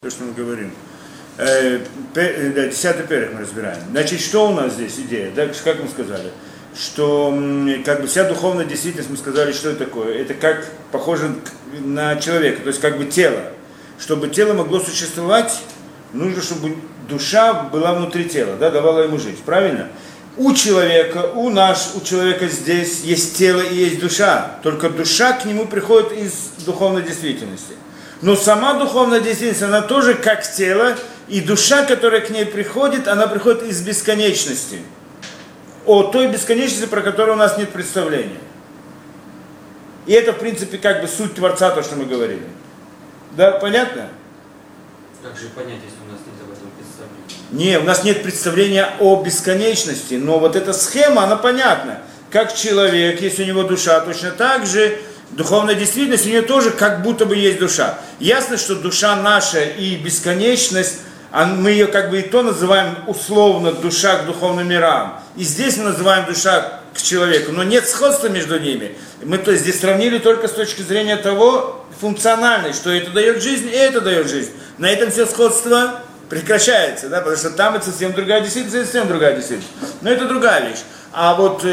то, что мы говорим. 10 перек мы разбираем. Значит, что у нас здесь идея? Да, как мы сказали? Что как бы вся духовная действительность, мы сказали, что это такое? Это как похоже на человека, то есть как бы тело. Чтобы тело могло существовать, нужно, чтобы душа была внутри тела, да, давала ему жить, правильно? У человека здесь есть тело и есть душа, только душа к нему приходит из духовной действительности. Но сама духовная действительность, она тоже как тело, и душа, которая к ней приходит, она приходит из бесконечности. О той бесконечности, про которую у нас нет представления. И это, в принципе, как бы суть Творца, то, что мы говорили. Да, понятно? Как же понять, если у нас нет об этом представления? Не, у нас нет представления о бесконечности, но вот эта схема, она понятна. Как человек, если у него душа, точно так же духовная действительность, у нее тоже как будто бы есть душа. Ясно, что душа наша и бесконечность, мы ее как бы и то называем условно душа к духовным мирам. И здесь мы называем душа к человеку, но нет сходства между ними. Мы то есть здесь сравнили только с точки зрения того функциональной, что это дает жизнь, и это дает жизнь. На этом все сходство прекращается, да, потому что там это совсем другая действительность, совсем другая действительность. Но это другая вещь. А вот,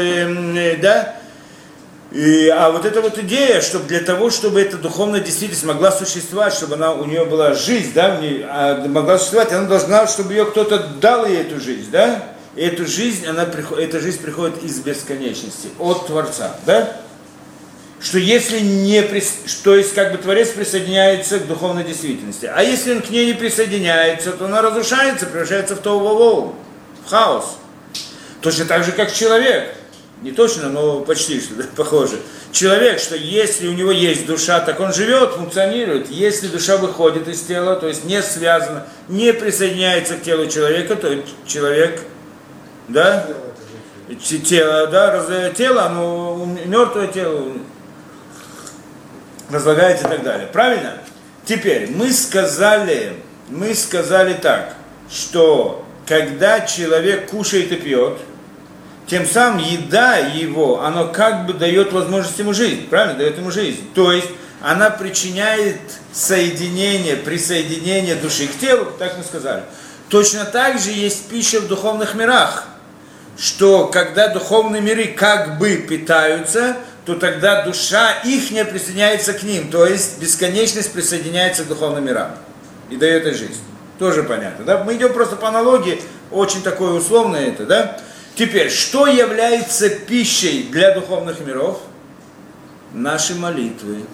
а вот эта вот идея, чтобы для того, чтобы эта духовная действительность могла существовать, чтобы у нее была жизнь, да, могла существовать, она должна, чтобы ее кто-то дал ей эту жизнь, да, и эту жизнь, эта жизнь приходит из бесконечности, от Творца, да, что если то есть как бы Творец присоединяется к духовной действительности, а если он к ней не присоединяется, то она разрушается, превращается в тоу-воу, в хаос, точно так же, как человек. Не точно, но почти что, да, похоже. Человек, что если у него есть душа, так он живет, функционирует. Если душа выходит из тела, то есть не связана, не присоединяется к телу человека, то человек, да, тело, да, тело, оно мертвое тело разлагается и так далее. Правильно? Теперь мы сказали так, что когда человек кушает и пьет, тем самым еда его, она как бы дает возможность ему жить, правильно? Дает ему жизнь. То есть она причиняет присоединение души к телу, так мы сказали. Точно так же есть пища в духовных мирах, что когда духовные миры как бы питаются, то тогда душа их не присоединяется к ним, то есть бесконечность присоединяется к духовным мирам и дает ей жизнь. Тоже понятно, да? Мы идем просто по аналогии, очень такое условное это, да? Теперь, что является пищей для духовных миров? Наши молитвы.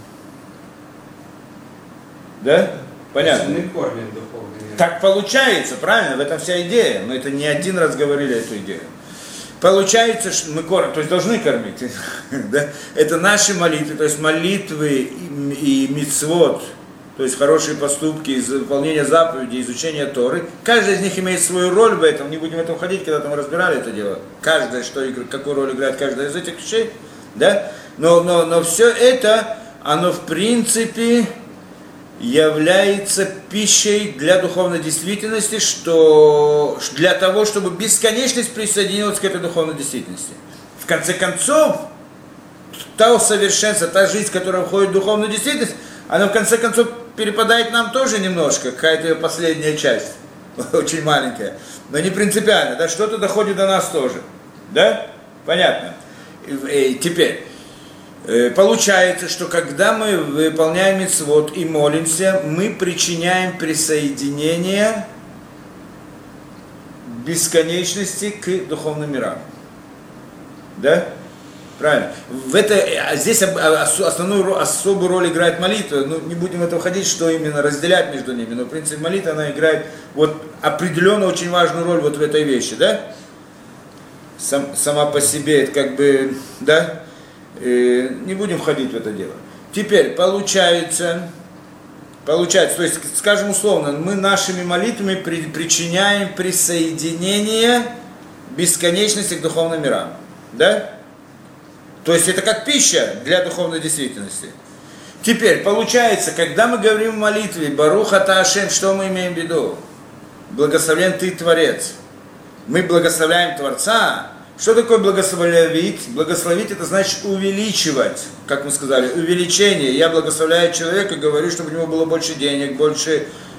Да? Понятно? Мы кормим духовные миры. Так получается, правильно? В этом вся идея. Мы это не один раз говорили, эту идею. Получается, что мы кормим, то есть должны кормить. Да? Это наши молитвы, то есть молитвы и мицвот, то есть хорошие поступки, выполнение заповедей, изучение Торы. Каждая из них имеет свою роль в этом, не будем в этом ходить, когда мы разбирали это дело. Каждая, какую роль играет каждая из этих вещей, да? Но все это, оно в принципе является пищей для духовной действительности, что для того, чтобы бесконечность присоединилась к этой духовной действительности. В конце концов, то совершенство, та жизнь, которая входит в духовную действительность, она в конце концов перепадает нам тоже немножко, какая-то ее последняя часть, очень маленькая, но не принципиально, да, что-то доходит до нас тоже, да, понятно. Теперь, получается, что когда мы выполняем мицвот и молимся, мы причиняем присоединение бесконечности к духовным мирам, да? Правильно. Здесь особую роль играет молитва. Ну, не будем в это входить, что именно разделять между ними. Но, в принципе, молитва, она играет вот определенно очень важную роль вот в этой вещи, да? Сама по себе, это как бы, да? Не будем входить в это дело. Теперь, получается, то есть, скажем условно, мы нашими молитвами причиняем присоединение бесконечности к духовным мирам, да? То есть это как пища для духовной действительности. Теперь, получается, когда мы говорим в молитве «Барух ата Ашем», что мы имеем в виду? Благословен Ты, Творец. Мы благословляем Творца. Что такое благословить? Благословить – это значит увеличивать, как мы сказали, увеличение. Я благословляю человека, говорю, чтобы у него было больше денег, больше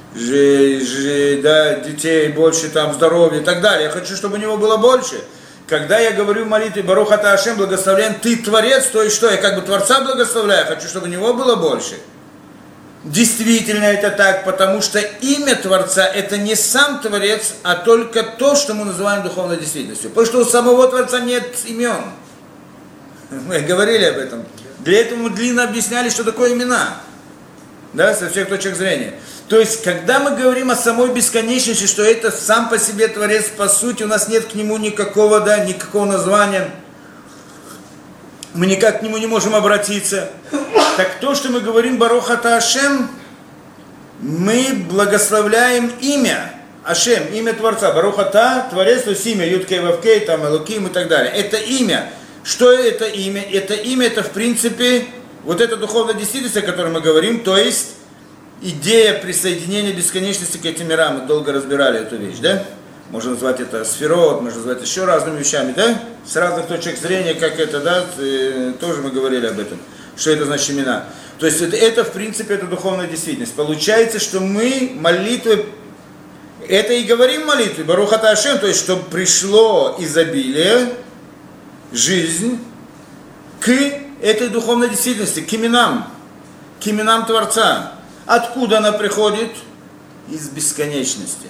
да, детей, больше там здоровья и так далее. Я хочу, чтобы у него было больше. Когда я говорю в молитве Барух ата Ашем, благословляем, ты Творец, то и что? Я как бы Творца благословляю, хочу, чтобы у него было больше. Действительно это так, потому что имя Творца это не сам Творец, а только то, что мы называем духовной действительностью. Потому что у самого Творца нет имен. Мы говорили об этом. Для этого мы длинно объясняли, что такое имена. Да, со всех точек зрения. То есть, когда мы говорим о самой бесконечности, что это сам по себе Творец, по сути, у нас нет к нему никакого, да, никакого названия, мы никак к нему не можем обратиться. Так то, что мы говорим Барух ата Ашем, мы благословляем имя Ашем, имя Творца. Барух ата, Творец, то есть имя, Юд-Кей, Вав-Кей, там, Элоким и так далее. Это имя. Что это имя? Это имя, это в принципе, вот эта духовная действительность, о которой мы говорим, то есть идея присоединения бесконечности к этим мирам. Мы долго разбирали эту вещь, да? Можно назвать это сферот, можно назвать еще разными вещами, да? С разных точек зрения, как это, да? Тоже мы говорили об этом. Что это значит имена? То есть это в принципе, это духовная действительность. Получается, что мы молитвы, это и говорим молитвы, Барух ата Ашем, то есть, чтобы пришло изобилие, жизнь к этой духовной действительности, к именам Творца. Откуда она приходит? Из бесконечности.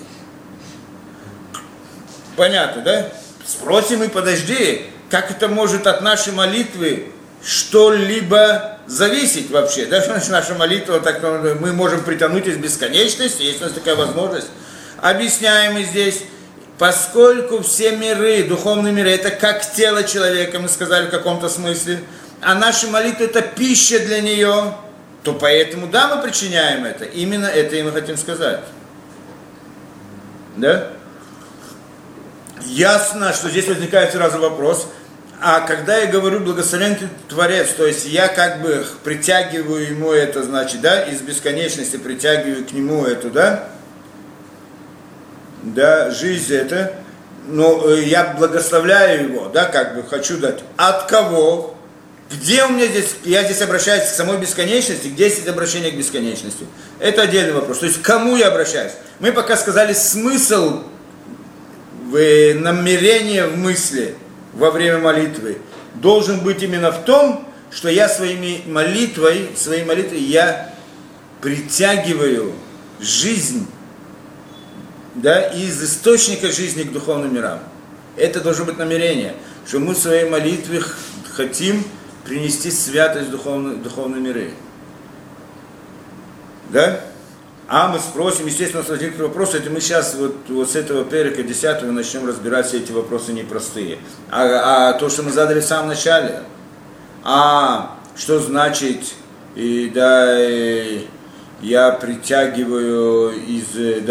Понятно, да? Спросим и подожди, как это может от нашей молитвы что-либо зависеть вообще? Да? Наша молитва, так, мы можем притянуть из бесконечности, есть у нас такая возможность. Объясняем мы здесь, поскольку все миры, духовные миры, это как тело человека, мы сказали в каком-то смысле, а наша молитва это пища для нее, то поэтому, да, мы причиняем это. Именно это и мы хотим сказать. Да? Ясно, что здесь возникает сразу вопрос, а когда я говорю благословен ты Творец, то есть я как бы притягиваю ему это, значит, да, из бесконечности притягиваю к нему эту, да, жизнь это, но я благословляю его, да, как бы хочу дать. От кого? Где у меня здесь, я здесь обращаюсь к самой бесконечности, где здесь обращение к бесконечности? Это отдельный вопрос. То есть к кому я обращаюсь? Мы пока сказали смысл в намерение в мысли во время молитвы должен быть именно в том, что я своей молитвой я притягиваю жизнь, да, из источника жизни к духовным мирам. Это должно быть намерение, что мы в своей молитве хотим принести святость в духовные миры. Да? А мы спросим, естественно, у нас возникнет вопрос, это мы сейчас вот с этого перека 10 начнем разбирать все эти вопросы непростые. А то, что мы задали в самом начале, что значит, я притягиваю из,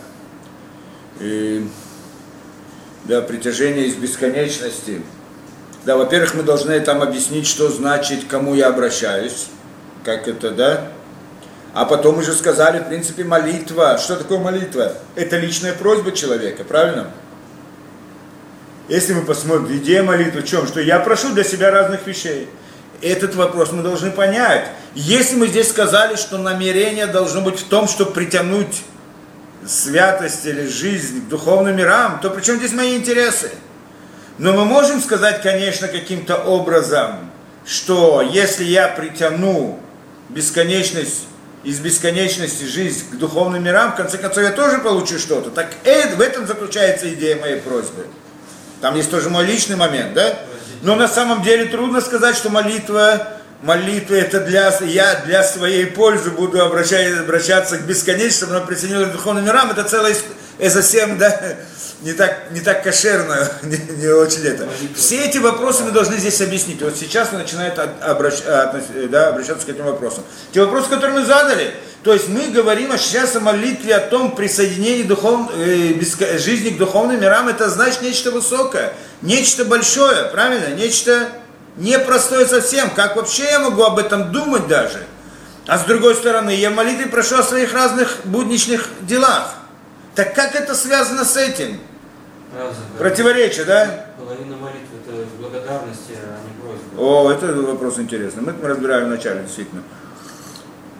притяжение из бесконечности. Да, во-первых, мы должны там объяснить, что значит, к кому я обращаюсь, как это, да. А потом мы же сказали, в принципе, молитва. Что такое молитва? Это личная просьба человека, правильно? Если мы посмотрим, идея молитвы в чем? Что я прошу для себя разных вещей. Этот вопрос мы должны понять. Если мы здесь сказали, что намерение должно быть в том, чтобы притянуть святость или жизнь к духовным мирам, то при чем здесь мои интересы? Но мы можем сказать, конечно, каким-то образом, что если я притяну бесконечность, из бесконечности жизнь к духовным мирам, в конце концов я тоже получу что-то. Так в этом заключается идея моей просьбы. Там есть тоже мой личный момент, да? Но на самом деле трудно сказать, что молитва это я для своей пользы буду обращаться к бесконечности, чтобы она присоединилась к духовным мирам. Это целое, это совсем, да, не так кошерно, не очень это. Все эти вопросы мы должны здесь объяснить. Вот сейчас мы начинаем обращаться к этим вопросам. Те вопросы, которые мы задали, то есть мы говорим сейчас о молитве, о том присоединении жизни к духовным мирам, это значит нечто высокое, нечто большое, правильно? Нечто непростое совсем. Как вообще я могу об этом думать даже? А с другой стороны, я в молитве прошу о своих разных будничных делах. Так как это связано с этим? Противоречие, да? Половина молитвы это благодарности, а не просьба. О, это вопрос интересный. Мы разбираем вначале, действительно.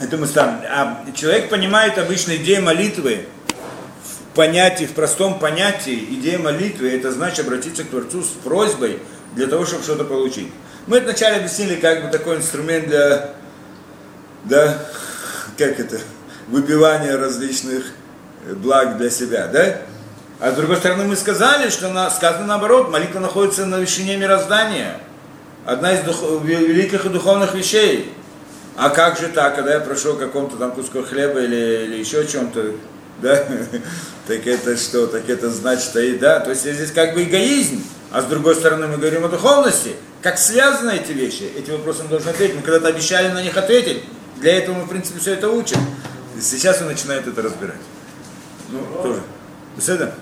Это мы ставим. А человек понимает обычно идею молитвы в понятии, в простом понятии. Идея молитвы — это значит обратиться к Творцу с просьбой для того, чтобы что-то получить. Мы это вначале объяснили как бы такой инструмент для, да, как это, выбивания различных благ для себя, да? А с другой стороны мы сказали, что сказано наоборот, молитва находится на вершине мироздания. Одна из великих и духовных вещей. А как же так, когда я прошу о каком-то там куску хлеба или еще чем-то, да? Так это что? Так это значит, что и да. То есть здесь как бы эгоизм. А с другой стороны мы говорим о духовности. Как связаны эти вещи? Эти вопросы мы должны ответить. Мы когда-то обещали на них ответить. Для этого мы, в принципе, все это учим. И сейчас он начинает это разбирать. Ну, тоже. Беседа?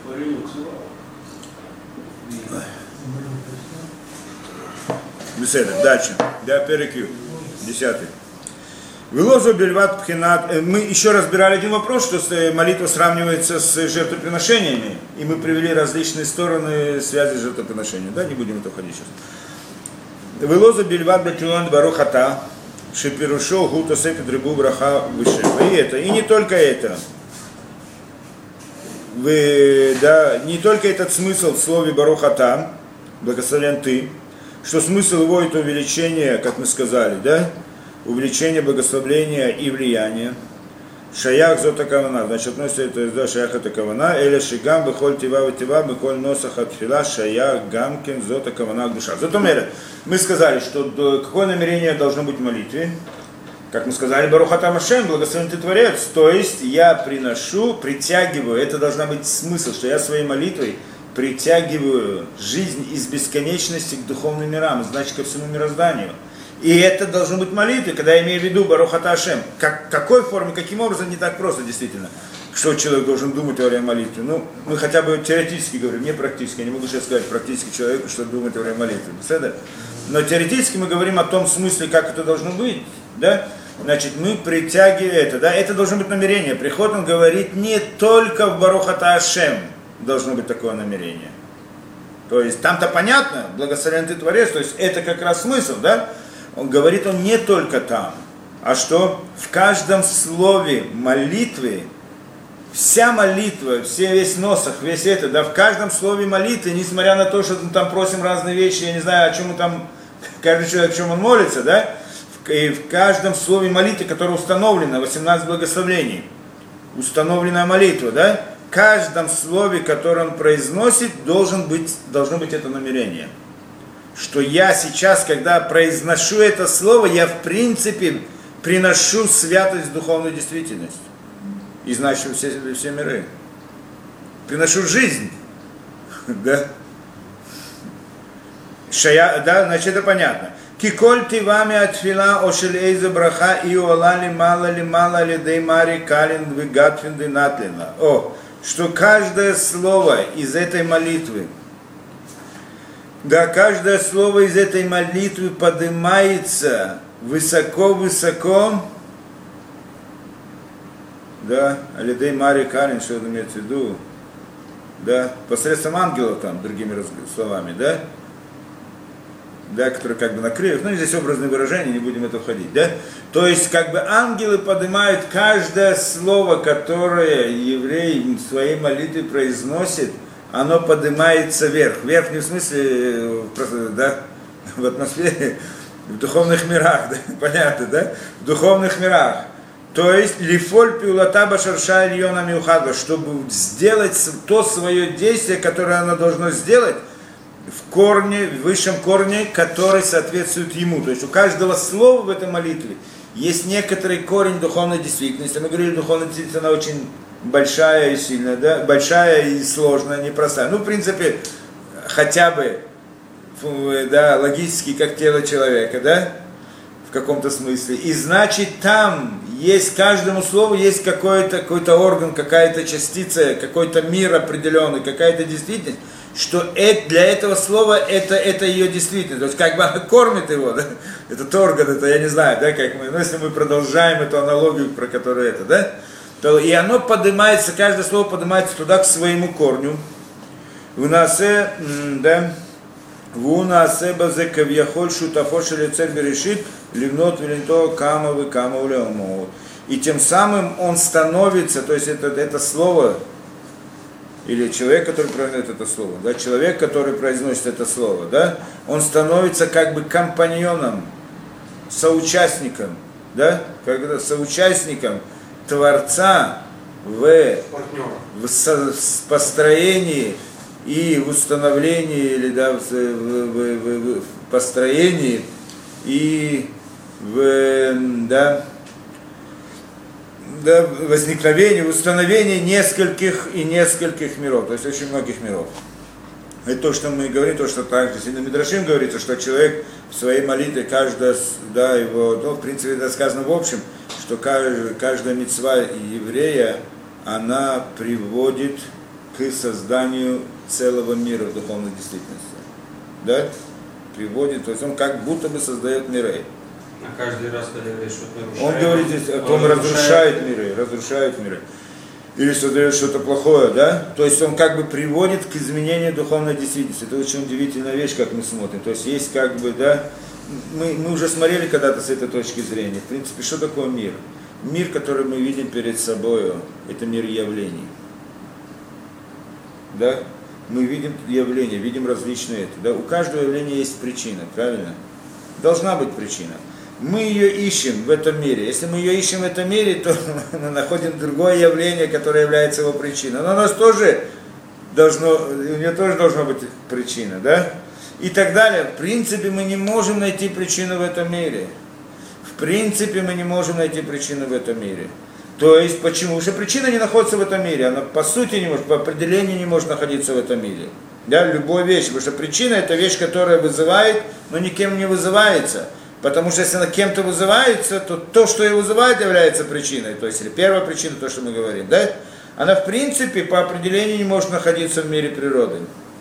Беседа. Дальше. Да, перекью. 10. Вилозу бельват пхинат. Мы еще разбирали один вопрос, что молитва сравнивается с жертвоприношениями. И мы привели различные стороны связи с жертвоприношением. Да, не будем в это входить сейчас. Вилозу бельват бетюлан барухата. Шепирушо гуто сепит рыбу браха выше. И это. И не только это. Не только этот смысл в слове барухата, благословен ты, что смысл его это увеличение, как мы сказали, да? Увеличение благословления и влияния. Шаях зота кавана, значит, относится это, да, шаях это кавана, эля шигам бехоль тива ватива, бехоль носах атфила, шаях гамкин зота кавана душа. Затомер, мы сказали, что какое намерение должно быть в молитве? Как мы сказали, Барух ата Ашем, благословен ты Творец, то есть я приношу, притягиваю, это должна быть смысл, что я своей молитвой притягиваю жизнь из бесконечности к духовным мирам, значит ко всему мирозданию. И это должно быть молитвой, когда я имею в виду Барух ата Ашем. Какой форме, каким образом, не так просто действительно, что человек должен думать во время молитвы. Ну, мы хотя бы теоретически говорим, не практически, я не могу сейчас сказать практически человеку, что думать во время молитвы. Но теоретически мы говорим о том смысле, как это должно быть, да? Значит, мы притягиваем это, да, это должно быть намерение. Приход, он говорит, не только в Барух ата Ашем должно быть такое намерение. То есть, там-то понятно, благословен ты Творец, то есть, это как раз смысл, да? Он говорит, он не только там, а что в каждом слове молитвы, вся молитва, весь носах, весь это, да, в каждом слове молитвы, несмотря на то, что мы там просим разные вещи, я не знаю, о чем мы там, каждый человек, о чем он молится, да, и в каждом слове молитвы, которое установлено, 18 благословений, установленная молитва, да, в каждом слове, которое он произносит, должно быть это намерение. Что я сейчас, когда произношу это слово, я в принципе приношу святость в духовную действительность. И значит все миры. Приношу жизнь. Да? Да, значит это понятно. Киколь ты вами отфила ошель эйзе браха и уолали мало ли деймари калин вигатфин динатлина. О, что каждое слово из этой молитвы, да, каждое слово из этой молитвы поднимается высоко-высоко, да, алидей Мари Калин, что это имеется в виду, да, посредством ангелов там, другими словами, да, которые как бы на крыльях, ну, здесь образные выражения, не будем в это входить, да, то есть как бы ангелы поднимают каждое слово, которое еврей в своей молитве произносит, оно поднимается вверх, вверх не в смысле, просто, да, в атмосфере, в духовных мирах, да, понятно, да, в духовных мирах. То есть, лифоль пиулата башарша ильона миухада, чтобы сделать то свое действие, которое оно должно сделать в корне, в высшем корне, который соответствует ему. То есть, у каждого слова в этой молитве есть некоторый корень духовной действительности. Мы говорили, духовная действительность, она очень большая и сильная, да, большая и сложная, непростая. Ну, в принципе, хотя бы, да, логически, как тело человека, да, в каком-то смысле. И значит, там есть, каждому слову есть какой-то орган, какая-то частица, какой-то мир определенный, какая-то действительность, что для этого слова это ее действительность. То есть, как бы она кормит его, да, этот орган, это я не знаю, да, как мы, но если мы продолжаем эту аналогию, про которую это, да, то и оно поднимается, каждое слово поднимается туда, к своему корню. У нас, да, вунаасе базе кавьяхоль шутафо шелецер берешит ливнот велинто камавы камаулеомот. и тем самым он становится, то есть это слово, или человек, который произносит это слово, да, человек, который произносит это слово, да, он становится как бы компаньоном, соучастником, да, когда соучастником Творца в построении и в установлении, или да, в построении и в возникновении, в установлении нескольких миров, то есть очень многих миров. Это то, что мы говорим, то, что также сильно Мидрашим говорится, что человек в своей молитве, каждая, да, его, ну, в принципе, это сказано в общем, что каждая мицва еврея, она приводит к созданию целого мира в духовной действительности. Да? Приводит, то есть он как будто бы создает миры. А каждый раз, когда говорит, что нарушает, он говорит здесь, он разрушает миры. Или создает что-то плохое, да? То есть он как бы приводит к изменению духовной действительности. Это очень удивительная вещь, как мы смотрим. То есть есть как бы, да, мы уже смотрели когда-то с этой точки зрения. В принципе, что такое мир? Мир, который мы видим перед собой, это мир явлений. Да? Мы видим явления, видим различные. Да? У каждого явления есть причина, правильно? Должна быть причина. Мы ее ищем в этом мире. Если мы ее ищем в этом мире, то мы находим другое явление, которое является его причиной. Но у нее тоже должна быть причина, да? И так далее. В принципе, мы не можем найти причину в этом мире. То есть, почему? Потому что причина не находится в этом мире. Она по сути не может, по определению не может находиться в этом мире. Да? Любая вещь. Потому что причина это вещь, которая вызывает, но никем не вызывается. Потому что если она кем-то вызывается, то то, что ее вызывает, является причиной. То есть, или первая причина, то, что мы говорим, да? Она, в принципе, по определению не может находиться в мире природы.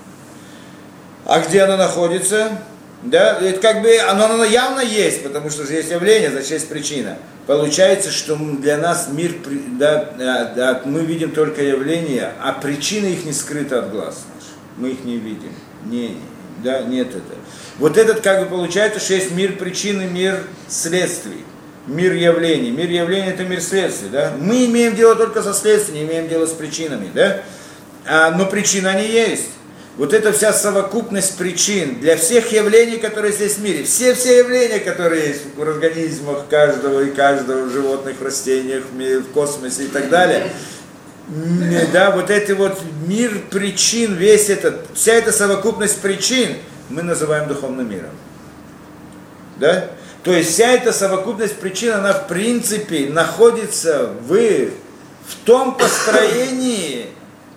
А где она находится? Да? Это как бы, оно явно есть, потому что же есть явление, значит, есть причина. Получается, что для нас мир, да, мы видим только явления, а причина их не скрыта от глаз. Мы их не видим. Нет этого. Вот этот, как бы, получается, что есть мир причин и мир следствий, мир явлений. Мир явлений – это мир следствий, да? Мы имеем дело только со следствием, не имеем дело с причинами, да? Но причины они есть. Вот эта вся совокупность причин для всех явлений, которые есть в мире, все явления, которые есть в организмах каждого в животных, в растениях, в космосе и так далее, да, вот это вот мир причин, вся эта совокупность причин мы называем духовным миром. Да? То есть вся эта совокупность причин, она в принципе находится в том построении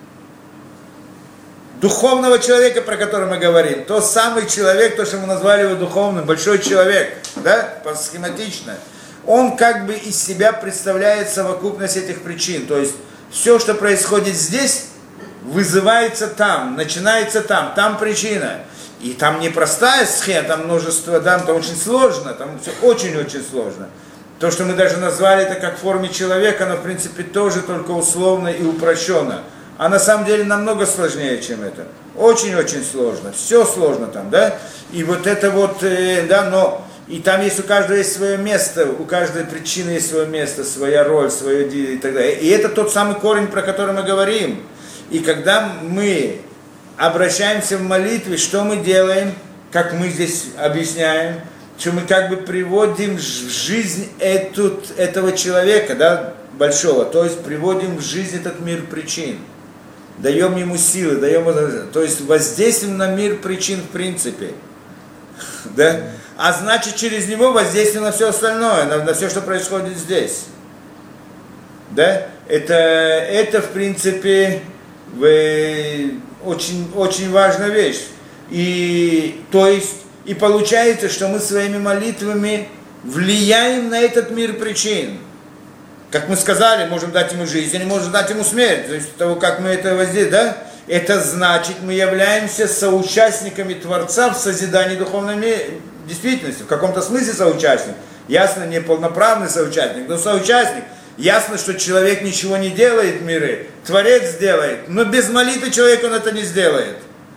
духовного человека, про который мы говорим. Тот самый человек, то, что мы назвали его духовным, большой человек, да, схематично. Он как бы из себя представляет совокупность этих причин. То есть все, что происходит здесь, вызывается там, начинается там причина. И там непростая схема, там множество, там очень сложно, там все очень-очень сложно. То, что мы даже назвали это как в форме человека, оно в принципе тоже только условно и упрощенно. А на самом деле намного сложнее, чем это. Очень-очень сложно. Все сложно там, да? И вот это вот, да, но... И там есть у каждого есть свое место, у каждой причины есть свое место, своя роль, свое дело и так далее. И это тот самый корень, про который мы говорим. И когда мы обращаемся в молитве, что мы делаем, как мы здесь объясняем, что мы как бы приводим в жизнь этого человека, да, большого, то есть приводим в жизнь этот мир причин. Даем ему силы, то есть воздействуем на мир причин в принципе. Да? А значит, через него воздействуем на все остальное, на все, что происходит здесь. Да? Это в принципе, очень, очень важная вещь. И получается, что мы своими молитвами влияем на этот мир причин. Как мы сказали, можем дать ему жизнь, или можем дать ему смерть. То есть того, как мы это воздействуем, да? Это значит, мы являемся соучастниками Творца в созидании духовной действительности. В каком-то смысле соучастник. Ясно, не полноправный соучастник, но соучастник. Ясно, что человек ничего не делает в мире, Творец делает, но без молитвы человек он это не сделает.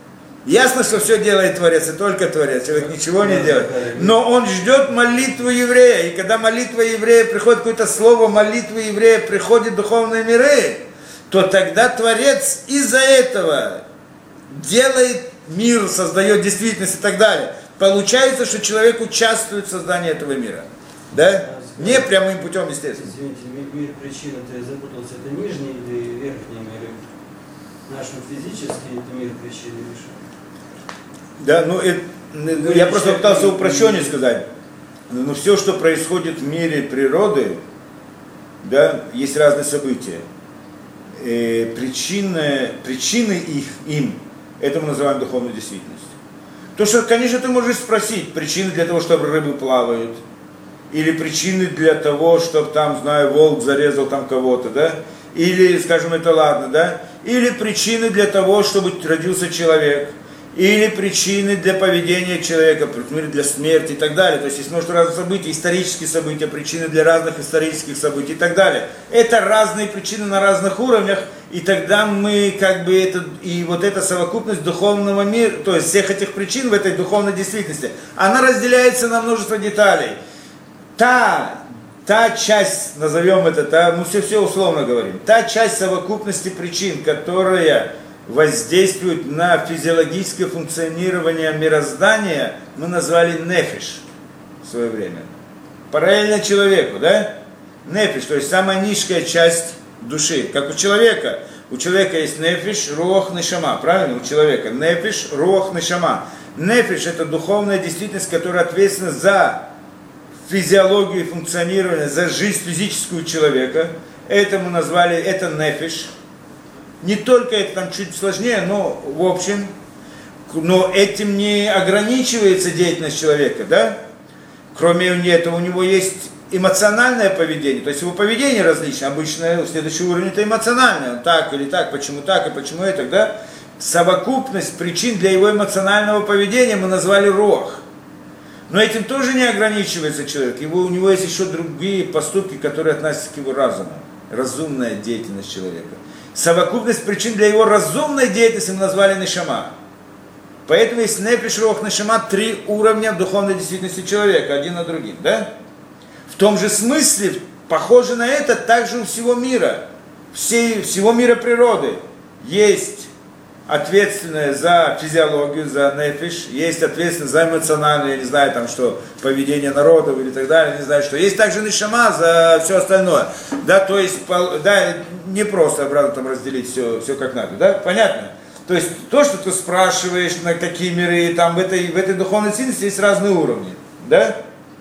Ясно, что все делает Творец, и только Творец, человек ничего не делает. Но он ждет молитву еврея, и когда молитва еврея приходит, какое-то слово молитвы еврея приходит в духовные миры, то тогда Творец из-за этого делает мир, создает действительность и так далее. Получается, что человек участвует в создании этого мира. Да? Не прямым путем, естественно. Извините, мир причины, ты запутался, это нижний или верхний мир? Наш физический это мир причины решает. Да, ну, я просто пытался упрощенно сказать. Но все, что происходит в мире природы, да, есть разные события. Причины им, это мы называем духовной действительностью. То, что, конечно, ты можешь спросить, причины для того, чтобы рыбы плавают, или причины для того, чтобы там, знаю, волк зарезал там кого-то, да, или, скажем, это ладно, да, или причины для того, чтобы родился человек, или причины для поведения человека, например, для смерти и так далее. То есть есть множество разных событий, исторические события, причины для разных исторических событий и так далее. Это разные причины на разных уровнях, и тогда мы как бы это, и вот эта совокупность духовного мира, то есть всех этих причин в этой духовной действительности, она разделяется на множество деталей. Та часть, назовем это, мы все условно говорим, та часть совокупности причин, которая воздействует на физиологическое функционирование мироздания, мы назвали нефиш в свое время. Параллельно человеку, да? Нефиш, то есть самая низкая часть души. Как у человека. У человека есть нефиш, руах, нешама. Правильно? У человека нефиш, руах, нешама. Нефиш — это духовная действительность, которая ответственна за физиологию и функционирование, за жизнь физическую человека. Это мы назвали, это нефиш. Не только это там чуть сложнее, но в общем, но этим не ограничивается деятельность человека, да? Кроме этого, у него есть эмоциональное поведение, то есть его поведение различное, обычно следующий уровень это эмоциональное, он так или так, почему так и почему это, да? Совокупность причин для его эмоционального поведения мы назвали руах. Но этим тоже не ограничивается человек, у него есть еще другие поступки, которые относятся к его разуму, разумная деятельность человека. Совокупность причин для его разумной деятельности мы назвали нешама. Поэтому есть нефиш, руах, нешама, 3 уровня в духовной действительности человека, один на другим, да? В том же смысле, похоже на это, также у всего мира, всего мира природы. Есть ответственная за физиологию, за нефиш, есть ответственная за эмоциональное, я не знаю, там что, поведение народов или так далее, не знаю что. Есть также нешама за все остальное. Да, то есть, да, не просто обратно там разделить все как надо, да, понятно? То есть, то, что ты спрашиваешь, на какие миры, там в этой духовной сильности есть разные уровни, да?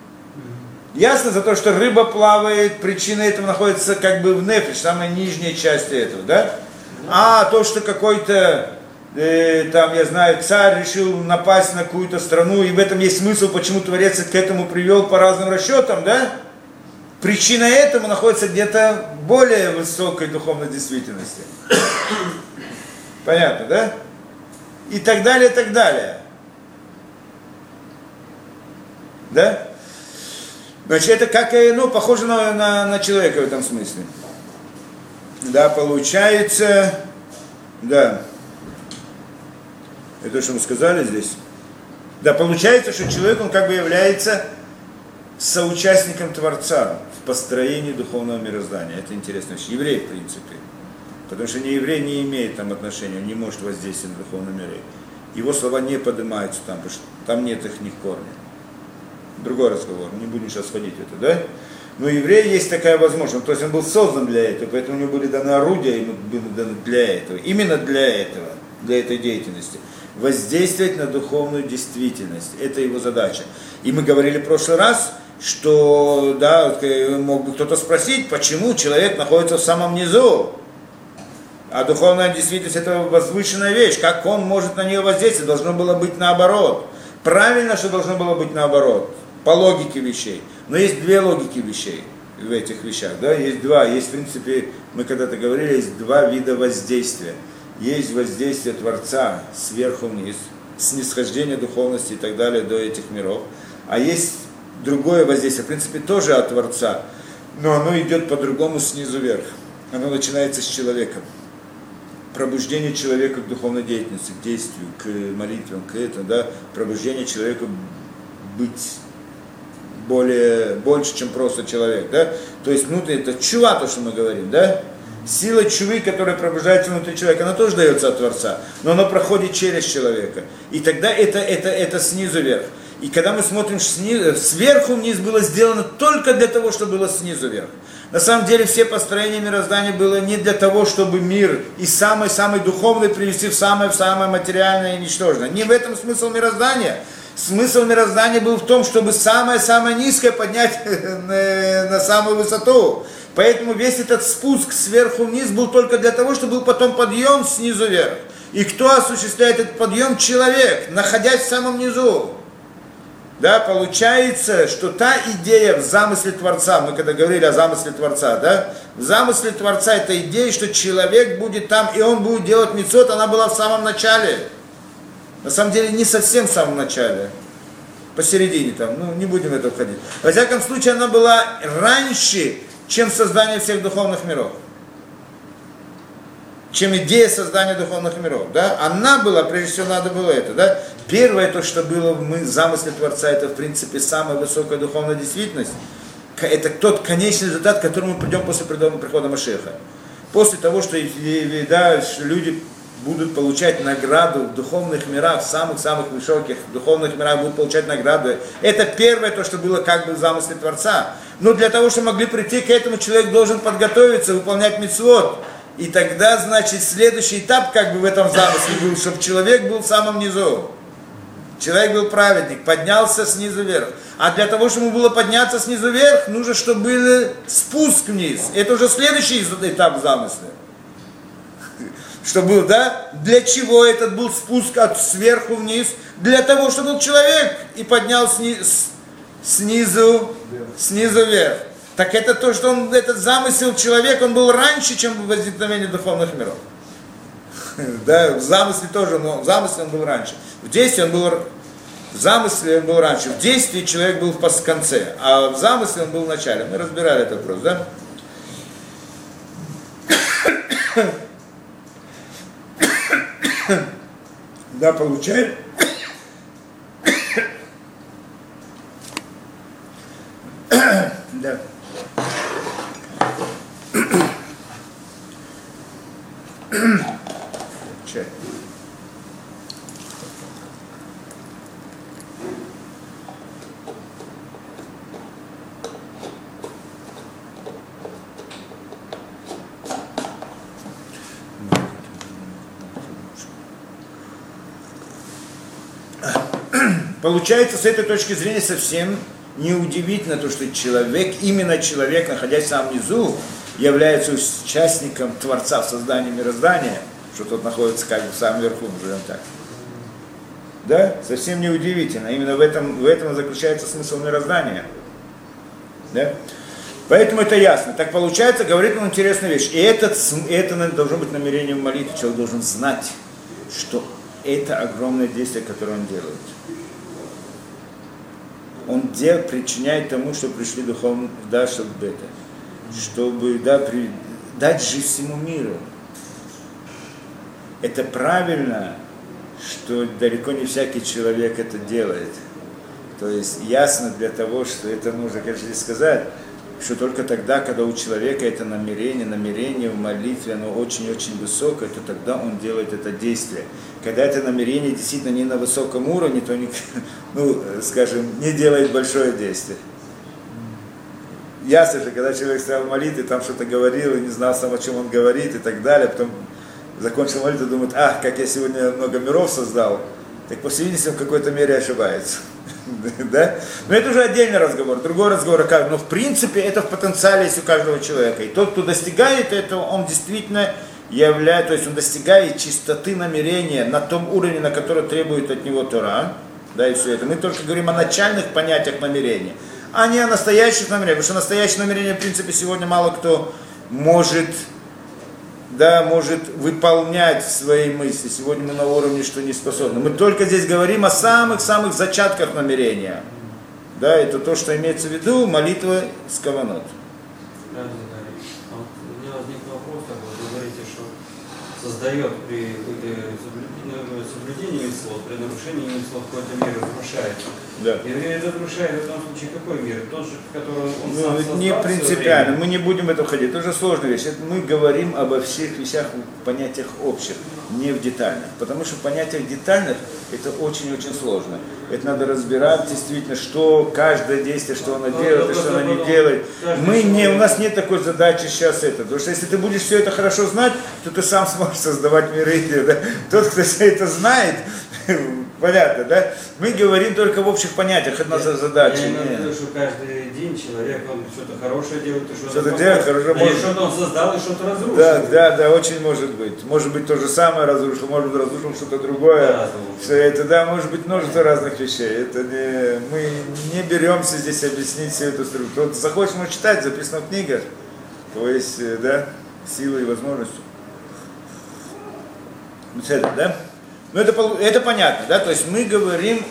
Ясно за то, что рыба плавает, причина этого находится как бы в нефиш, самой нижней части этого, да? А то, что какой-то, там, я знаю, царь решил напасть на какую-то страну, и в этом есть смысл, почему Творец к этому привел по разным расчетам, да? Причина этому находится где-то в более высокой духовной действительности. Понятно, да? И так далее, и так далее. Да? Значит, это как, похоже на человека в этом смысле. Да, получается, да, это что мы сказали здесь. Да, получается, что человек, он как бы является соучастником Творца в построении духовного мироздания. Это интересно. Еврей, в принципе. Потому что еврей не имеет там отношения, он не может воздействовать на духовный мир. Его слова не поднимаются там, потому что там нет их корня. Другой разговор, не будем сейчас ходить в это, да? Но у еврея есть такая возможность, то есть он был создан для этого, поэтому у него были даны орудия, ему были даны для этого, именно для этого, для этой деятельности. Воздействовать на духовную действительность, это его задача. И мы говорили в прошлый раз, что, да, мог бы кто-то спросить, почему человек находится в самом низу, а духовная действительность это возвышенная вещь, как он может на нее воздействовать, должно было быть наоборот. Правильно, что должно было быть наоборот, по логике вещей. Но есть 2 логики вещей в этих вещах, да, есть 2, есть в принципе, мы когда-то говорили, есть 2 вида воздействия. Есть воздействие Творца сверху вниз, снисхождение духовности и так далее до этих миров, а есть другое воздействие, в принципе тоже от Творца, но оно идет по-другому снизу вверх, оно начинается с человека. пробуждение человека к духовной деятельности, к действию, к молитвам, к этому, да, пробуждение человека быть больше, чем просто человек, да, то есть внутри это чува, то, что мы говорим, да, сила чувы, которая пробуждается внутри человека, она тоже дается от Творца, но она проходит через человека, и тогда это снизу вверх. И когда мы смотрим сверху вниз, было сделано только для того, чтобы было снизу вверх. На самом деле все построения мироздания было не для того, чтобы мир и самый духовный привести в самое материальное и ничтожное. Не в этом смысл мироздания. Смысл мироздания был в том, чтобы самое низкое поднять на самую высоту. Поэтому весь этот спуск сверху вниз был только для того, чтобы был потом подъем снизу вверх. И кто осуществляет этот подъем? Человек, находясь в самом низу. Да, получается, что та идея в замысле Творца, мы когда говорили о замысле Творца, да, в замысле Творца эта идея, что человек будет там, и он будет делать мицвот, она была в самом начале. На самом деле не совсем в самом начале, посередине там, не будем в это входить. Во всяком случае, она была раньше, чем создание всех духовных миров. Чем идея создания духовных миров, да, она была, прежде всего, надо было это, да. Первое, то, что было в замысле Творца, это, в принципе, самая высокая духовная действительность. Это тот конечный результат, к которому мы придем после прихода Машеха. После того, что люди будут получать награду в духовных мирах, в самых-самых высоких духовных мирах будут получать награду. Это первое, то, что было как бы в замысле Творца. Но для того, чтобы могли прийти к этому, человек должен подготовиться, выполнять мицвот. И тогда, значит, следующий этап как бы в этом замысле был, чтобы человек был в самом низу. Человек был праведник, поднялся снизу вверх. А для того, чтобы ему было подняться снизу вверх, нужно, чтобы был спуск вниз. Это уже следующий этап замысла. Что был, да? Для чего этот был спуск от сверху вниз? Для того, чтобы был человек и поднял снизу вверх. Так это то, что этот замысел человека, он был раньше, чем возникновение духовных миров. Да, в замысле тоже, но в замысле он был раньше. В действии в замысле он был раньше, в действии человек был в конце, а в замысле он был в начале. Мы разбирали этот вопрос, да? Да, получается. Да. Чай. Получается, с этой точки зрения совсем неудивительно то, что человек, именно человек, находясь в самом низу, является участником Творца в создании мироздания, что тот находится как бы в самом верху, назовем так. Да? Совсем неудивительно. Именно в этом заключается смысл мироздания. Да? Поэтому это ясно. Так получается, говорит он интересную вещь. И это должно быть намерением молитвы. Человек должен знать, что это огромное действие, которое он делает. Он причиняет тому, что пришли духовные, да, чтобы дать жизнь всему миру. Это правильно, что далеко не всякий человек это делает. То есть ясно для того, что это нужно, конечно, сказать, что только тогда, когда у человека это намерение в молитве, оно очень-очень высокое, то тогда он делает это действие. Когда это намерение действительно не на высоком уровне, то, не делает большое действие. Ясно же, когда человек стоял в молитве, там что-то говорил, и не знал сам, о чем он говорит, и так далее, потом закончил молитву, думает, как я сегодня много миров создал, так по всей видимости, в какой-то мере ошибается. Да? Но это уже отдельный разговор, другой разговор, но в принципе это в потенциале есть у каждого человека. И тот, кто достигает этого, он действительно то есть он достигает чистоты намерения на том уровне, на который требует от него Тора. Да, и все это. Мы только говорим о начальных понятиях намерения, а не о настоящих намерениях. Потому что настоящее намерение, в принципе, сегодня мало кто может выполнять свои мысли. Сегодня мы на уровне, что не способны. Мы только здесь говорим о самых-самых зачатках намерения. Да, это то, что имеется в виду молитва с каванот. У меня возник вопрос такой. Вы говорите, что создает при соблюдении митцвот, при нарушении митцвот какой-то мир разрушает. Да. И разрушает в этом случае какой мир? Тот же, который он Ну, сам это создал не в своё принципиально, время? мы не будем в это входить. Это уже сложная вещь. Это мы говорим обо всех вещах, понятиях общих, не в детальных. Потому что в понятиях детальных это очень-очень сложно. Это надо разбирать действительно, что каждое действие, что оно делает и что оно не делает. У нас нет такой задачи сейчас это. Потому что если ты будешь все это хорошо знать, то ты сам сможешь создавать миры. Да? Тот, кто все это знает, понятно, да? Мы говорим только в общих понятиях, это наша задача. Я имею в виду, что каждый день человек, он что-то хорошее делает, и Что-то делает, хорошо, может. что-то он создал, и что-то разрушил. Да, очень может быть. Может быть то же самое разрушил, может быть разрушил что-то другое. Да, Все это, да, может быть множество разных вещей. Это не, мы не беремся здесь объяснить всю эту структуру. Кто захочет, может читать, записано в книгах. То есть, да, силы и возможности. Да? Ну это понятно, да, то есть мы говорим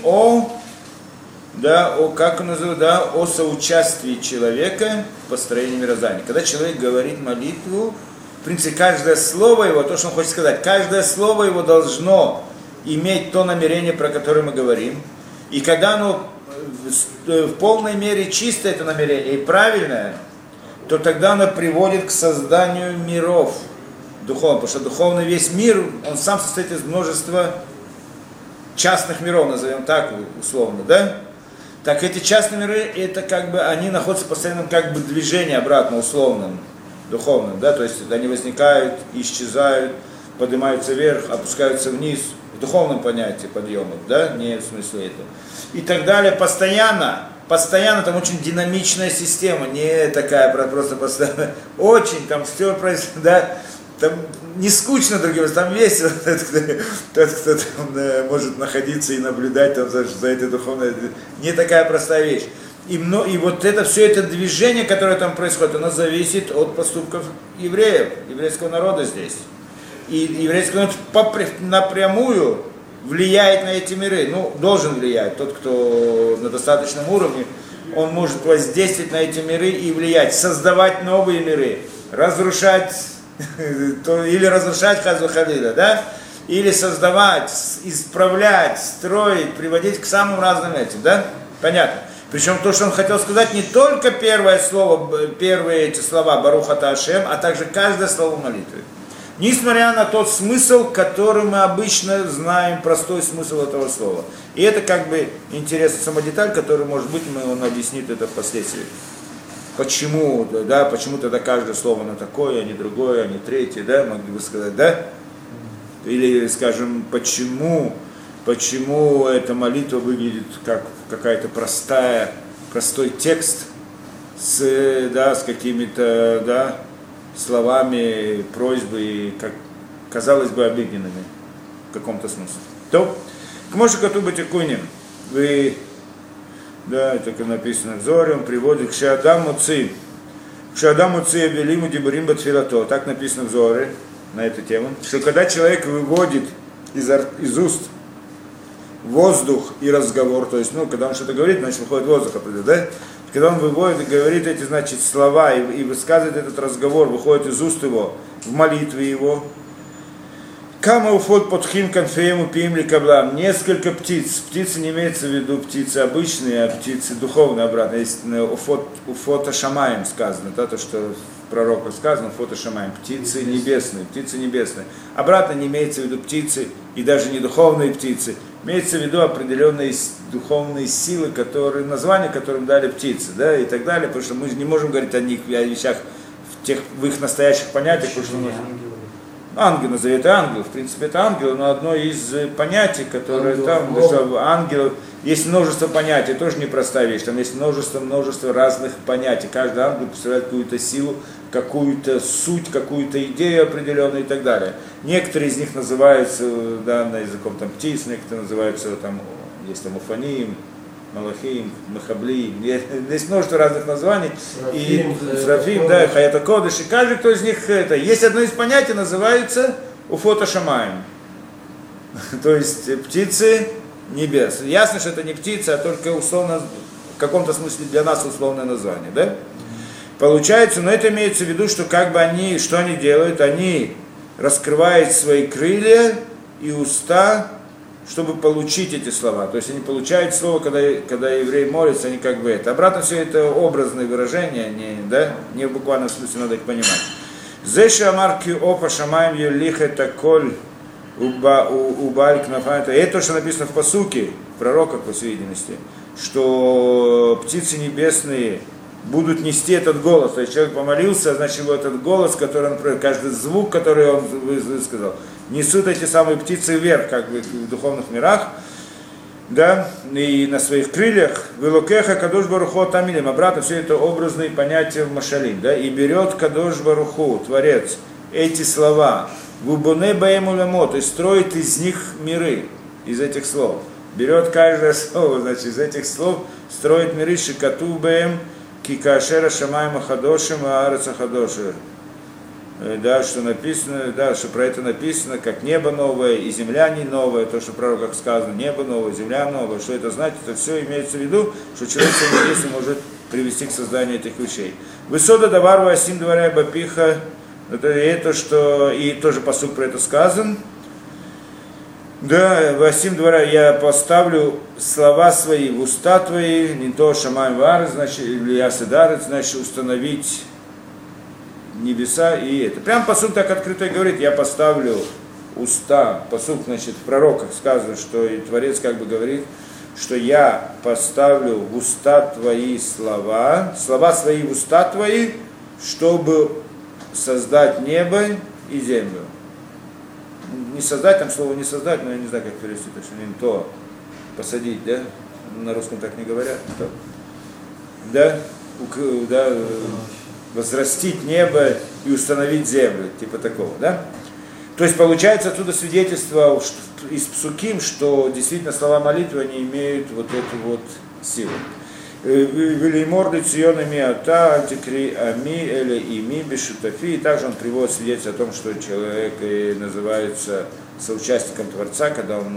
как он называет, да, о соучастии человека в построении мироздания. Когда человек говорит молитву, в принципе, каждое слово его, то, что он хочет сказать, каждое слово его должно иметь то намерение, про которое мы говорим. И когда оно в полной мере чистое, это намерение, и правильное, то тогда оно приводит к созданию миров духовных, потому что духовный весь мир, он сам состоит из множества частных миров, назовем так условно, да? Так эти частные миры, это как бы, они находятся в постоянном как бы движении обратно, условном, духовном, да, то есть они возникают, исчезают, поднимаются вверх, опускаются вниз, в духовном понятии подъемов, да, не в смысле этого. И так далее, постоянно, там очень динамичная система, не такая просто постоянно, очень там все происходит, да, там не скучно, другим, там весело, тот, кто там может находиться и наблюдать там, за этой духовной, не такая простая вещь. И вот это все это движение, которое там происходит, оно зависит от поступков евреев, еврейского народа здесь. И еврейский народ напрямую влияет на эти миры, должен влиять. Тот, кто на достаточном уровне, он может воздействовать на эти миры и влиять, создавать новые миры, разрушать, или разрушать хазу халиля, да? Или создавать, исправлять, строить, приводить к самым разным этим, да? Понятно. Причем то, что он хотел сказать, не только первое слово, первые эти слова Барух ата Ашем, а также каждое слово молитвы. Несмотря на тот смысл, который мы обычно знаем, простой смысл этого слова. И это как бы интересная сама деталь, которую, может быть, он объяснит это впоследствии. Почему тогда каждое слово на такое, а не другое, а не третье, да, могли бы сказать, да? Или, скажем, почему эта молитва выглядит как какая-то простой текст с какими-то, да, словами, просьбы, как казалось бы, обыденными в каком-то смысле. То, к Моше Катуба Тикуним, да, это как написано в Зоре, он приводит к Шеадам Муци Велиму Дибурим Батфилато, так написано в Зоре на эту тему, что когда человек выводит из уст воздух и разговор, то есть, когда он что-то говорит, значит, выходит воздух, да? Когда он выводит и говорит эти, значит, слова и высказывает этот разговор, выходит из уст его, в молитве его, Кама уфот подхим конфеему пиим ли каблам. Несколько птиц. Птицы не имеется в виду птицы обычные, а птицы духовные обратно. Есть уфота шамаем сказано, да, то, что в пророках сказано, уфота шамаем. Птицы небесные. Обратно не имеется в виду птицы и даже не духовные птицы. Имеется в виду определенные духовные силы, названия которым дали птицы, да, и так далее, потому что мы же не можем говорить о них, о вещах в их настоящих понятиях, потому что ангел назовет ангел, в принципе это ангел, но одно из понятий, которое там, что ангел, есть множество понятий, тоже непростая вещь, там есть множество разных понятий, каждый ангел представляет какую-то силу, какую-то суть, какую-то идею определенную и так далее. Некоторые из них называются, да, на языком там птиц, некоторые называются там, есть там уфаним, Малахим, Махабли, есть множество разных названий, Срафим, да, Хаята Кодыш, и каждый, кто из них это. Есть одно из понятий, называется Уфота Шамаем, то есть птицы небес. Ясно, что это не птица, а только условно, в каком-то смысле для нас условное название, да? Получается, но это имеется в виду, что как бы что они делают, они раскрывает свои крылья и уста, чтобы получить эти слова. То есть они получают слово, когда евреи молятся, они как бы это. Обратно все это образные выражения, не в буквальном смысле надо их понимать. Зеша Амарки Опа Шамаем Елиха Таколь Убаль Кнафа. Это то, что написано в пасуке, в пророках, по всей видимости, что птицы небесные будут нести этот голос. То есть человек помолился, значит, вот этот голос, который он, каждый звук, который он высказал, несут эти самые птицы вверх, как бы в духовных мирах, да, и на своих крыльях. Вилокеха Кадош Баруху Тамилим. Обратно все это образные понятия в Машалим, да, и берет Кадош Баруху, Творец, эти слова, Вубоне Баэмулямо, то есть строит из них миры, из этих слов. Берет каждое слово, значит, из этих слов строит миры Шикату Баэм, Кикашера Шамайма Хадошим, Аареца Хадошер. Да, что написано, да, что про это написано, как небо новое и земля не новая, то, что в пророках сказано, небо новое, земля новая, что это значит, это все имеется в виду, что человек если может привести к созданию этих вещей. Высода даварва асим дворя бапиха, это что, и тоже пасук про это сказан. Да, Васим двора, я поставлю слова свои в уста твои, не то шамаем вар, значит, или ясыдарец, значит, установить небеса и это. Прям пасук так открыто говорит, я поставлю уста, пасук, значит, в пророках сказано, что и Творец как бы говорит, что я поставлю в уста твои слова свои в уста твои, чтобы создать небо и землю. Не создать, там слово не создать, но я не знаю, как перевести, потому что не то посадить, да? На русском так не говорят. То. Да? Возрастить небо и установить землю, типа такого, да? То есть получается оттуда свидетельство из Псуким, что действительно слова молитвы, они имеют вот эту вот силу. Велимор лиционами ата антикри ами или ими бешутафи. И также он приводит свидетельство о том, что человек называется соучастником Творца, когда он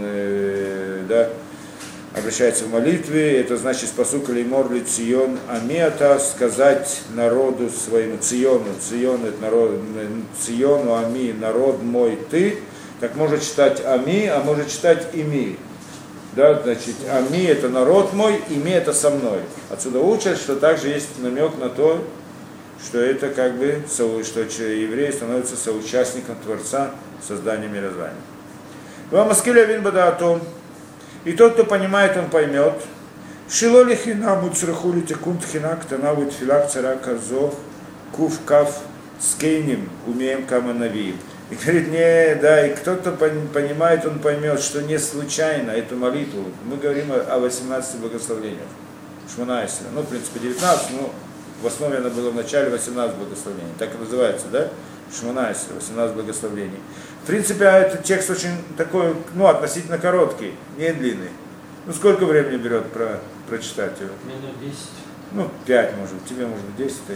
обращается в молитве. Это значит спасук лимор лицион ами ата, сказать народу своему циону, цион это народ, циону ами, народ мой ты. Так может читать ами, а может читать ими. Да, значит, ами это народ мой, ими это со мной. Отсюда учат, что также есть намек на то, что это как бы, что евреи становятся соучастником Творца создания мироздания. Вамаскиля вин бадаатом. И тот, кто понимает, он поймет. Шилоли хина муцрахули текунт хина ктанавит филак цара казо кув кав скейним умеем каманавиим. И говорит, не, да, и кто-то понимает, он поймет, что не случайно эту молитву, мы говорим о 18 благословениях, Шмонайсера, ну, в принципе, 19, но в основе она была в начале 18 благословений, так и называется, да, Шмонайсера, 18 благословений. В принципе, этот текст очень такой, ну, относительно короткий, не длинный. Ну, сколько времени берет прочитать его? Минут 10. Ну, 5, может быть, тебе, может быть, 10, а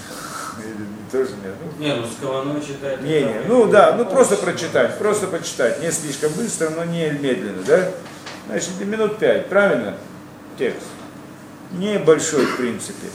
тоже нет. Не, ну с Каваной читать. Не, ну да, ну просто прочитать, просто почитать. Не слишком быстро, но не медленно, да? Значит, минут 5, правильно? Текст. Небольшой, в принципе.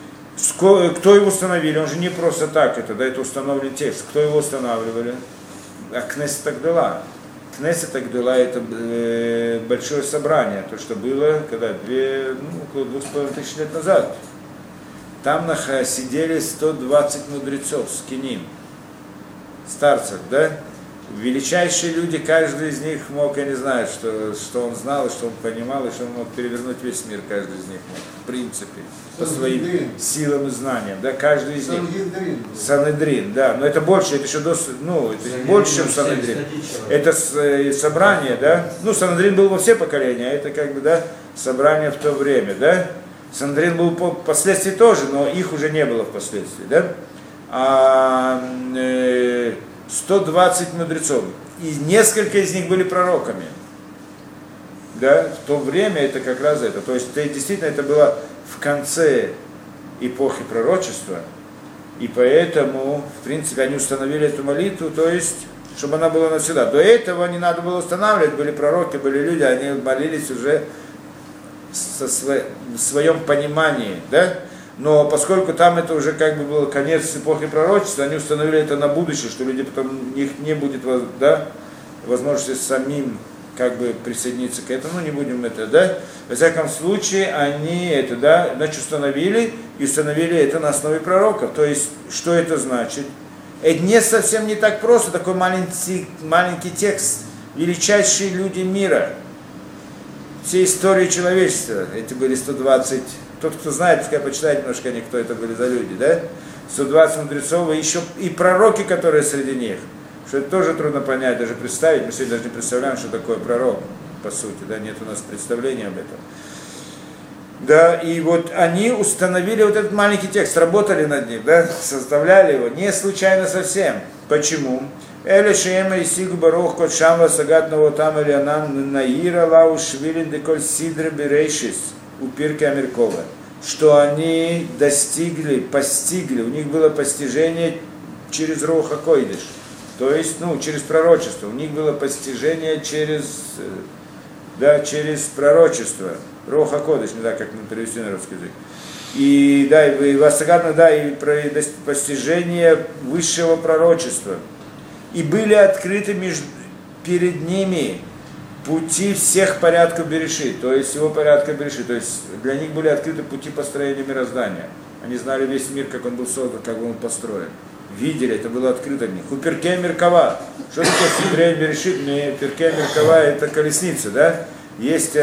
Кто его установили? Он же не просто так это, да, это установлен текст. Кто его устанавливали? А Кнессет Агдала. Кнессет Агдала это большое собрание, то, что было, когда около 2500 лет назад. Там сидели 120 мудрецов, скиним, старцев, да? Величайшие люди, каждый из них мог, я не знаю, что он знал, и что он понимал, и что он мог перевернуть весь мир, каждый из них мог, в принципе, по своим силам и знаниям, да, каждый из них. Санедрин, да, но это больше, это еще это больше, чем Санедрин. Это собрание, да, ну, Санедрин был во все поколения, а это как бы, да, собрание в то время, да. Санедрин был впоследствии тоже, но их уже не было впоследствии, да? 120 мудрецов, и несколько из них были пророками, да? В то время это как раз это, то есть действительно это было в конце эпохи пророчества, и поэтому, в принципе, они установили эту молитву, то есть, чтобы она была навсегда. До этого не надо было устанавливать, были пророки, были люди, они молились уже в своем понимании, да? но поскольку там это уже как бы был конец эпохи пророчества, они установили это на будущее, что люди потом, у них не будет, да, возможности самим как бы присоединиться к этому, не будем это, да. Во всяком случае, они это, да, значит, установили это на основе пророков. То есть, что это значит? Это не совсем не так просто, такой маленький текст. Величайшие люди мира, все истории человечества, эти были 120, тот, кто знает, пускай почитает немножко, кто это были за люди, да? 120 мудрецов, и еще и пророки, которые среди них. Что это тоже трудно понять, даже представить. Мы сегодня даже не представляем, что такое пророк, по сути, да, нет у нас представления об этом. Да, и вот они установили вот этот маленький текст, работали над ним, да, составляли его, не случайно совсем. Почему? Эля шеема и сигу барух кот шамва сагатного там или анам наира лау швилин деколь сидре берейшис у пирки Амиркова. Что они постигли, у них было постижение через Руха Койдыш. То есть, через пророчество. У них было постижение через пророчество. Руха Койдыш, не знаю, как мы перевести на русский язык. И да, и Васагатна, да, и постижение высшего пророчества. И были открыты перед ними пути всех порядков Берешит, то есть всего порядка Берешит. То есть для них были открыты пути построения мироздания. Они знали весь мир, как он был создан, как он построен. Видели, это было открыто в них. У Перкея Меркава. Что такое Сидрей Берешит? Перкея Меркава это колесница, да? Есть,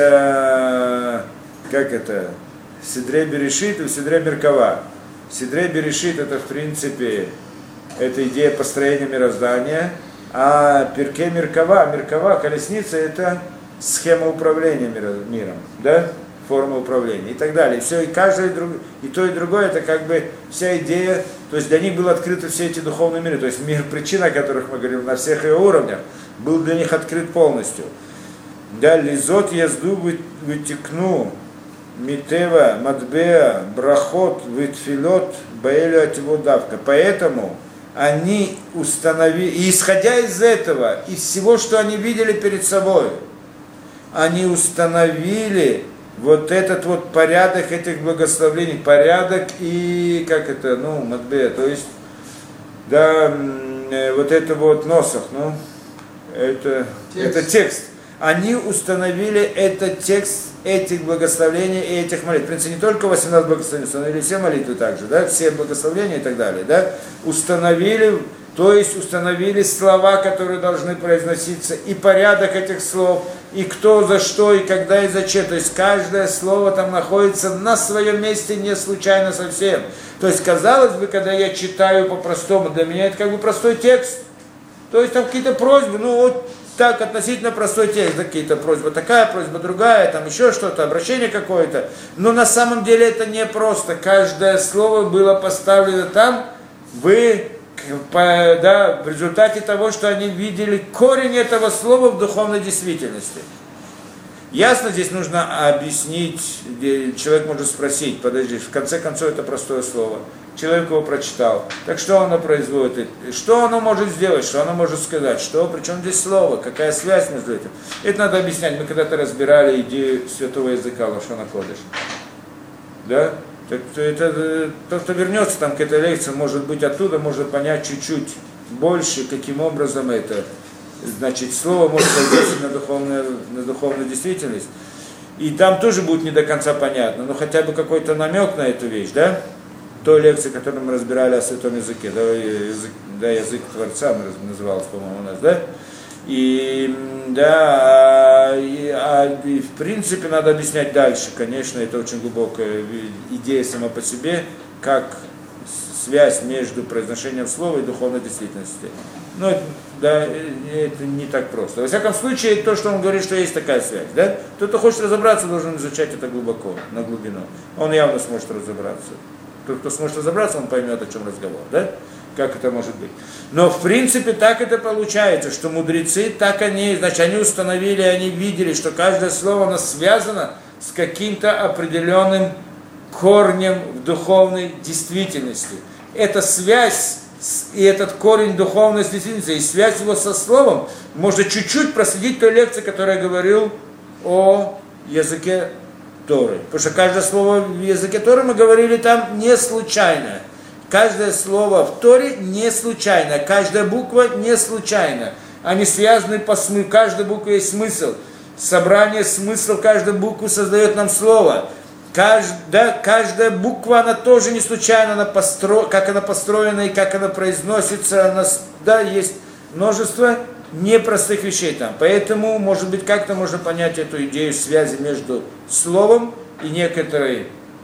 Сидрей Берешит и Сидрей Меркава. Сидрей Берешит это в принципе это идея построения мироздания, а Перкей Меркава, колесница, это схема управления миром, да, форма управления и так далее. И все, и каждое, и то, и другое, это как бы вся идея, то есть для них было открыто все эти духовные миры, то есть мир причин, о которых мы говорим, на всех ее уровнях, был для них открыт полностью. Да, лизот язду вытекну, митева, матбеа, брахот, витфилот, баэлю ативодавка. Поэтому они установили, и исходя из этого, из всего, что они видели перед собой, они установили вот этот вот порядок этих благословений, порядок и, матбе, то есть, да, вот это вот носах, это текст. Они установили этот текст этих благословений и этих молитв. В принципе, не только 18 благословений, установили все молитвы также, да, все благословения и так далее, да, установили слова, которые должны произноситься, и порядок этих слов, и кто, за что, и когда, и зачем. То есть каждое слово там находится на своем месте не случайно совсем. То есть, казалось бы, когда я читаю по-простому, для меня это как бы простой текст. То есть там какие-то просьбы, так, относительно простой текст, какие-то просьбы такая, просьба другая, там еще что-то, обращение какое-то. Но на самом деле это не просто. Каждое слово было поставлено там, в результате того, что они видели корень этого слова в духовной действительности. Ясно, здесь нужно объяснить, человек может спросить, подожди, в конце концов это простое слово. Человек его прочитал. Так что оно производит? Что оно может сделать? Что оно может сказать? Причем здесь слово? Какая связь между этим? Это надо объяснять. Мы когда-то разбирали идею святого языка Лашон ха-Кодеш. Да? Так это, тот, кто вернется там к этой лекции, может быть оттуда, может понять чуть-чуть больше, каким образом это. Значит, слово может воздействовать на духовную действительность. И там тоже будет не до конца понятно, но хотя бы какой-то намек на эту вещь, да? Той лекции, которую мы разбирали о святом языке, язык Творца назывался, по-моему, у нас, да? И в принципе надо объяснять дальше, конечно, это очень глубокая идея сама по себе, как связь между произношением слова и духовной действительностью. Но это не так просто. Во всяком случае, то, что он говорит, что есть такая связь, да? Тот, кто хочет разобраться, должен изучать это глубоко, на глубину. Он явно сможет разобраться. Тот, кто сможет разобраться, он поймет, о чем разговор, да? Как это может быть. Но в принципе так это получается, что мудрецы, они установили, они видели, что каждое слово, оно связано с каким-то определенным корнем в духовной действительности. Эта связь и этот корень духовной действительности, и связь его со словом, можно чуть-чуть проследить той лекции, которую я говорил о языке Торы. Потому что каждое слово в языке Торы, мы говорили, там не случайно. Каждое слово в Торе не случайно, каждая буква не случайна. Они связаны по смыслу, каждая буква есть смысл. Собрание смыслов каждой буквы создает нам слово. Каждая буква, она тоже не случайна, как она построена и как она произносится. Есть множество непростых вещей там. Поэтому, может быть, как-то можно понять эту идею связи между словом и некоторым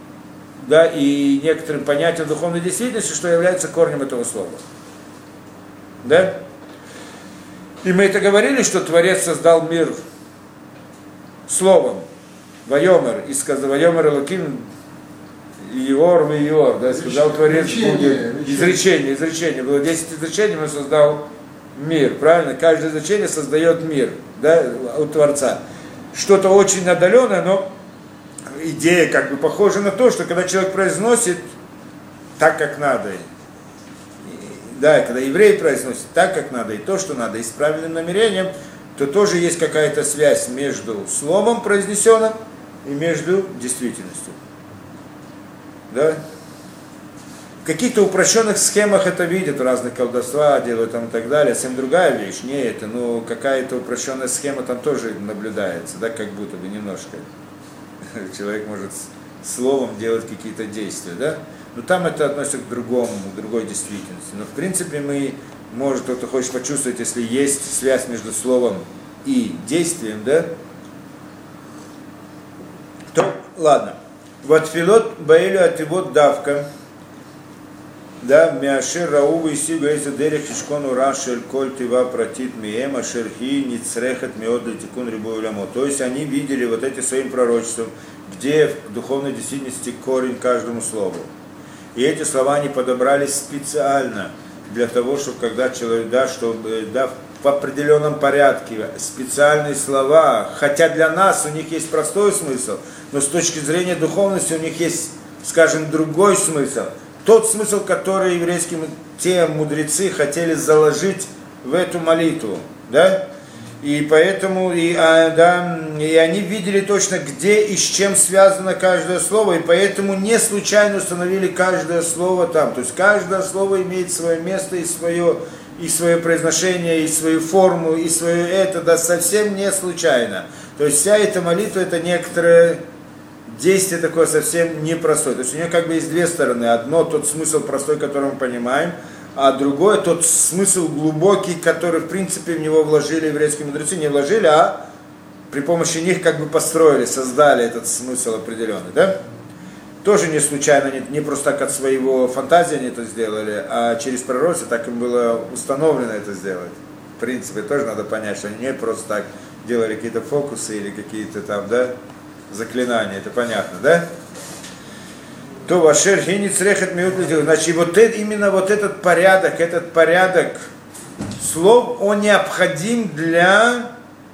понятием духовной действительности, что является корнем этого слова. Да? И мы это говорили, что Творец создал мир словом. Вайомер, и сказал, Вайомер Элоким, Иор, да, сказал Творец будет. Изречение. Было 10 изречений, он создал мир, правильно? Каждое изречение создает мир, да, у Творца. Что-то очень отдаленное, но идея как бы похожа на то, что когда человек произносит так, как надо, да, когда еврей произносит так, как надо, и то, что надо, и с правильным намерением, то тоже есть какая-то связь между словом произнесенным и между действительностью. Да? В каких-то упрощенных схемах это видят, разные колдовства делают там и так далее, совсем другая вещь, не это, но какая-то упрощенная схема там тоже наблюдается, да, как будто бы немножко. Человек может словом делать какие-то действия, да? Но там это относится к другому, к другой действительности. Но в принципе может кто-то хочет почувствовать, если есть связь между словом и действием, да? То, ладно. Вот филот баэлю ативот давка, да, мяшир рауву и сигу эйза дерех ишкону рашель коль тива пратит миэм ашерхи ницрехат миод летикун рибу улямо. То есть они видели вот эти своим пророчеством, где в духовной действительности корень каждому слову. И эти слова они подобрали специально для того, чтобы когда человек, в определенном порядке специальные слова, хотя для нас у них есть простой смысл, но с точки зрения духовности у них есть, скажем, другой смысл. Тот смысл, который еврейские те мудрецы хотели заложить в эту молитву, да? И поэтому и они видели точно, где и с чем связано каждое слово, и поэтому не случайно установили каждое слово там. То есть каждое слово имеет свое место и свое произношение, и свою форму, и свое это, да, совсем не случайно. То есть вся эта молитва, это некоторое действие такое совсем непростое. То есть у нее как бы есть две стороны. Одно тот смысл простой, который мы понимаем, а другой тот смысл глубокий, который в принципе в него вложили еврейские мудрецы, не вложили, а при помощи них как бы построили, создали этот смысл определенный, да? Тоже не случайно, не просто так от своего фантазии они это сделали, а через пророчество так им было установлено это сделать. В принципе, тоже надо понять, что они не просто так делали какие-то фокусы или какие-то там, да, заклинания, это понятно, да? То вашер хинец рехет миут, значит, именно вот этот порядок слов, он необходим для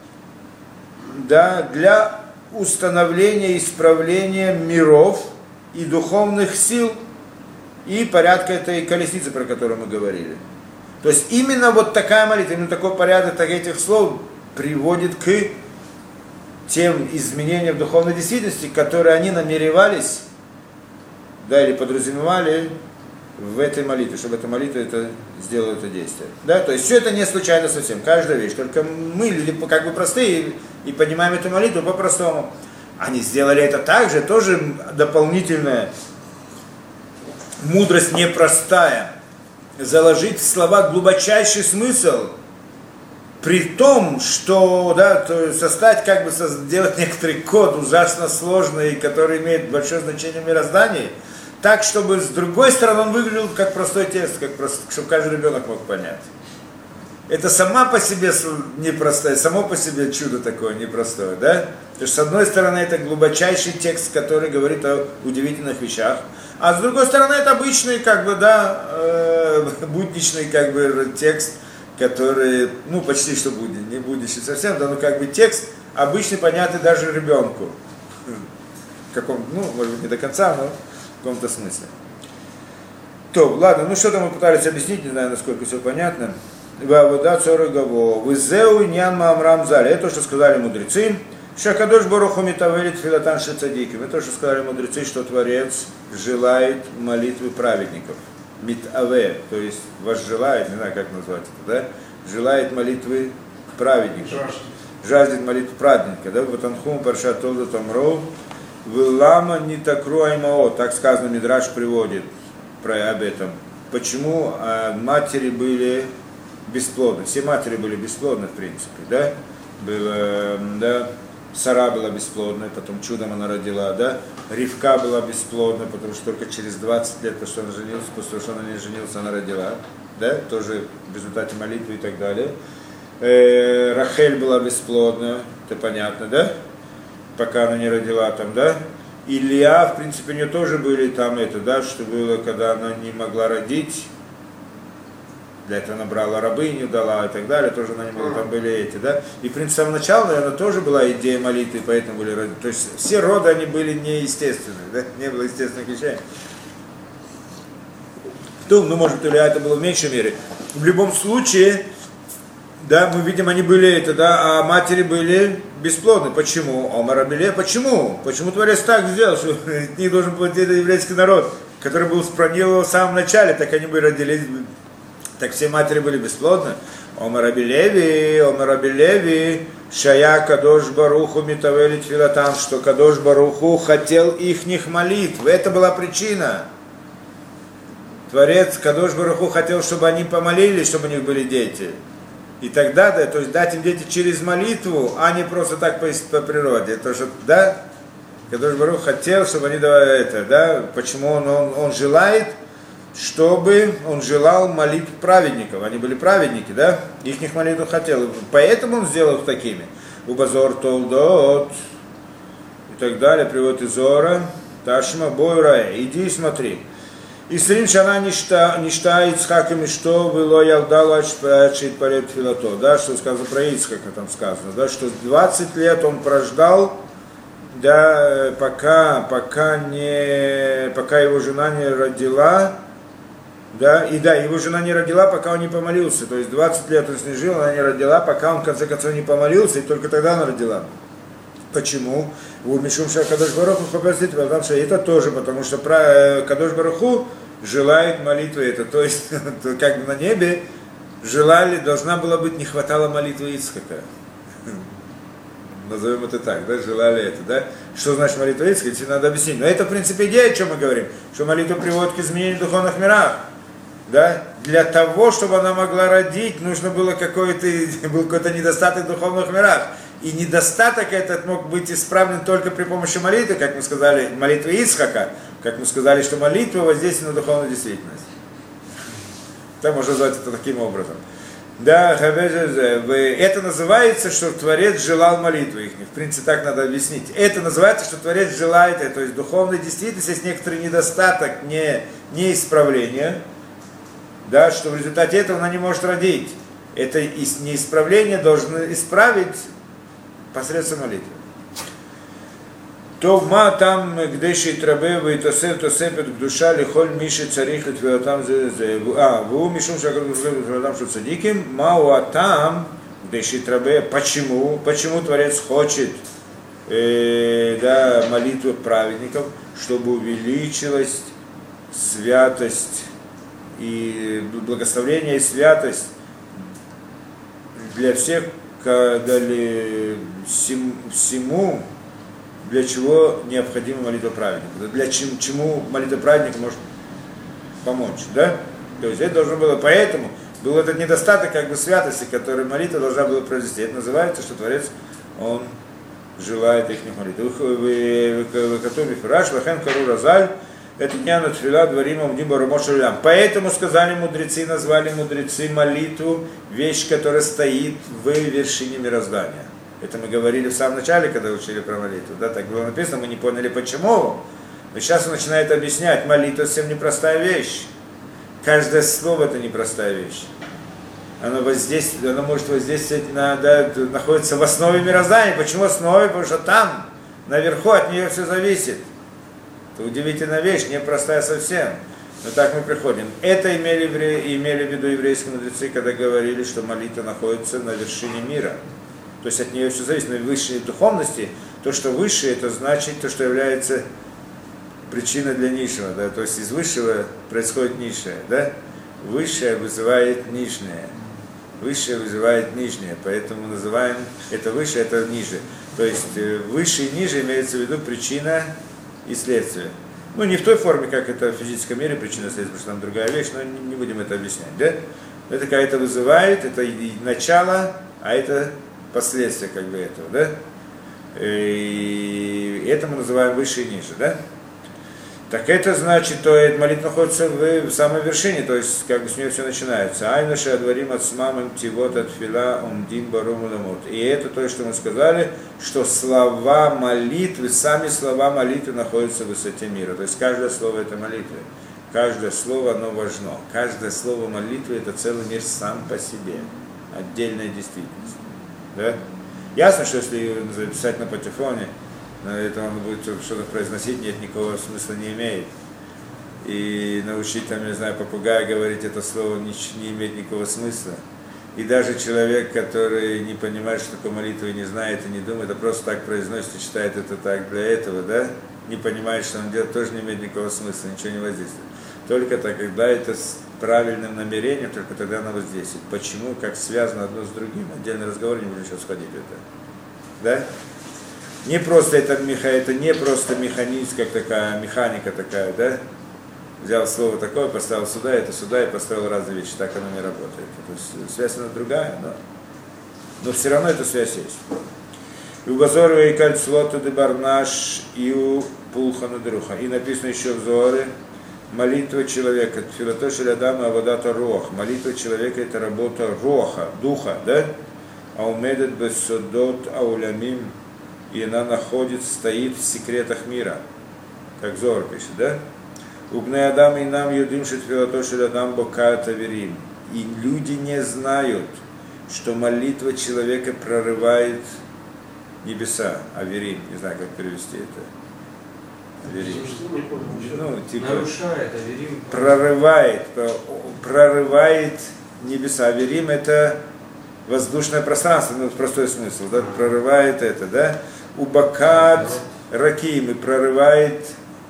установления и исправления миров и духовных сил и порядка этой колесницы, про которую мы говорили. То есть именно вот такая молитва, именно такой порядок этих слов приводит к тем изменениям в духовной действительности, которые они намеревались, да, или подразумевали в этой молитве, чтобы эта молитва это сделала это действие. Да? То есть все это не случайно совсем, каждая вещь. Только мы, люди как бы простые, и понимаем эту молитву по-простому. Они сделали это также, тоже дополнительная мудрость непростая. Заложить в слова глубочайший смысл, при том, что, да, то создать, как бы сделать некоторый код ужасно сложный, который имеет большое значение в мироздании, так, чтобы с другой стороны он выглядел как простой текст, чтобы каждый ребенок мог понять. Это сама по себе непростое, само по себе чудо такое непростое, да? То есть, с одной стороны, это глубочайший текст, который говорит о удивительных вещах, а с другой стороны, это обычный, как бы, да, будничный, как бы, текст, который, ну, почти что не будущий совсем, да, ну, как бы, текст обычный, понятный даже ребенку. В каком, ну, может быть, не до конца, но в каком-то смысле. То, ладно, ну что-то мы пытались объяснить, не знаю, насколько все понятно. Это то, что сказали мудрецы, Шакадош Баруху Митавелит Филатан Шицадики. Мы тоже сказали мудрецы, что Творец желает молитвы праведников. Митаве, то есть возжелает, не знаю как назвать это, да? Желает молитвы праведников. Жаждет молитвы праведника, да? Ватанхум Парша Толда Тамров. Вилама Нитакру Аймао, так сказано, Мидраш приводит об этом. Почему матери были бесплодны? Все матери были бесплодны, в принципе, да? Было, да? Сара была бесплодной, потом чудом она родила, да? Ривка была бесплодной, потому что только через 20 лет, после того, что она женилась, после того, что она не женилась, она родила, да? Тоже в результате молитвы и так далее. Рахель была бесплодна, это понятно, да? Пока она не родила там, да? Илья, в принципе, у нее тоже были там это, да, что было, когда она не могла родить, для этого она брала рабыню, дала и так далее, тоже она не могла, там были эти, да. И, в принципе, с самого начала, наверное, тоже была идея молитвы, поэтому были роды. То есть все роды, они были неестественные, да, не было естественных вещей. Ну, может, Илья это было в меньшей мере. В любом случае, да, мы видим, они были это, да, а матери были бесплодны. Почему? А Марабеле, почему? Почему Творец так сделал, что не должен быть это еврейский народ, который был спронилован в самом начале, так они бы родились, так все матери были бесплодны. Омар Абилеви, Шая Кадош Баруху Митавелит Филатам, что Кадош Баруху хотел ихних молитв. Это была причина. Творец Кадош Баруху хотел, чтобы они помолились, чтобы у них были дети. И тогда, да, то есть дать им дети через молитву, а не просто так по природе. Это что, да, Кадош Барух хотел, чтобы они давали это, да, почему он желает, чтобы он желал молитв праведников. Они были праведники, да, их молитву хотел. Поэтому он сделал их такими. Убазор Толдот и так далее, приводит из Зора, Ташма Бойрая, иди и смотри. И срим шана ништа Ицхаками, что было ялдалу ачпачит парет филато, да, что сказано про Ицхака там сказано, да, что 20 лет он прождал, да, пока его жена не родила, да, и да, его жена не родила, пока он не помолился, то есть 20 лет он с ней жил, она не родила, пока он в конце концов не помолился, и только тогда она родила. Почему? У Мишумша Кадош Баруху попросить, потому что это тоже, потому что Кадош Баруху желает молитвы, это, то есть, как бы на небе желали, должна была быть, не хватало молитвы Ицхака. Назовем это так, да, желали это, да. Что значит молитва Ицхака, тебе надо объяснить. Но это, в принципе, идея, о чем мы говорим, что молитва приводит к изменению в духовных мирах. Да? Для того, чтобы она могла родить, нужно было был какой-то недостаток в духовных мирах. И недостаток этот мог быть исправлен только при помощи молитвы, как мы сказали, молитвы Ицхака, как мы сказали, что молитва воздействует на духовную действительность. Так можно назвать это таким образом. Да, это называется, что Творец желал молитвы их. В принципе, так надо объяснить. Это называется, что Творец желает, то есть духовная действительность, есть некоторый недостаток, не исправление, да, что в результате этого она не может родить. Это неисправление должны исправить посредством молитвы. То ма там где шейтрабе вейтосев тосепет к душа лихоль миши царих и твилатам ву мишум шагадам шу цадиким мау там где шейтрабе. Почему Творец хочет да, молитву праведников, чтобы увеличилась святость и благословение и святость для всех, дали всему, для чего необходима молитва праведника, для чему молитва праведника может помочь, да? То есть это должно было, поэтому был этот недостаток как бы святости, который молитва должна была произвести. Это называется, что Творец, он желает их молитвы. Это не анатфила дворимом дибаромошулям. Поэтому сказали мудрецы, назвали мудрецы молитву, вещь, которая стоит в вершине мироздания. Это мы говорили в самом начале, когда учили про молитву. Да, так было написано, мы не поняли почему. Но сейчас он начинает объяснять, молитва совсем непростая вещь. Каждое слово это непростая вещь. Оно может воздействовать находится в основе мироздания. Почему в основе? Потому что там, наверху, от нее все зависит. Это удивительная вещь, непростая совсем. Но так мы приходим. Это имели в виду еврейские мудрецы, когда говорили, что молитва находится на вершине мира. То есть от нее все зависит. Но в высшей духовности, то, что выше, это значит то, что является причиной для низшего. Да? То есть из высшего происходит низшее. Да? Высшее вызывает нижнее. Высшее вызывает нижнее. Поэтому называем это выше, это ниже. То есть выше и ниже имеется в виду причина и следствие. Ну, не в той форме, как это в физическом мире, причина и следствие, потому что там другая вещь, но не будем это объяснять. Да? Это какая-то вызывает, это и начало, а это последствия как бы этого. Да? И это мы называем выше и ниже. Да? Так это значит, то молитва находится в самой вершине, то есть как бы с нее все начинается. Айнаша адварим от смамым тивот от фила умдин барум ламот. И это то, что мы сказали, что слова молитвы, сами слова молитвы находятся в высоте мира. То есть каждое слово это молитва. Каждое слово оно важно. Каждое слово молитвы это целый мир сам по себе. Отдельная действительность. Да? Ясно, что если записать на патефоне, это он будет что-то произносить, нет, никакого смысла не имеет. И научить, там, не знаю, попугая говорить это слово не имеет никакого смысла. И даже человек, который не понимает, что такое молитва, и не знает, и не думает, а просто так произносит и читает это так для этого, да, не понимает, что он делает, тоже не имеет никакого смысла, ничего не воздействует. Только так, когда это с правильным намерением, только тогда оно воздействует. Почему, как связано одно с другим, отдельный разговор, не будем сейчас входить в это. Да? Не просто это не просто механизм, как такая механика такая, да? Взял слово такое, поставил сюда и поставил разные вещи. Так оно не работает. То есть связь она другая, но все равно эта связь есть. И у Базорова и Кальцлота де Барнаш и у Пулхана Друха. И написано еще в Зоре, молитва человека, Филатоши Рядама Авадата Рох. Молитва человека это работа Роха, духа, да? Аумедет Бессодот Аулямим. И она стоит в секретах мира. Как Зор пишет, да? Убней Адам и нам юдим шетфилатоши Адам боката верим. И люди не знают, что молитва человека прорывает небеса. Аверим, не знаю, как перевести это. Аверим. Ну, типа, нарушает, аверим. Прорывает небеса. Аверим это воздушное пространство, ну, простой смысл, да? Прорывает это, да? Убакат раким и прорывает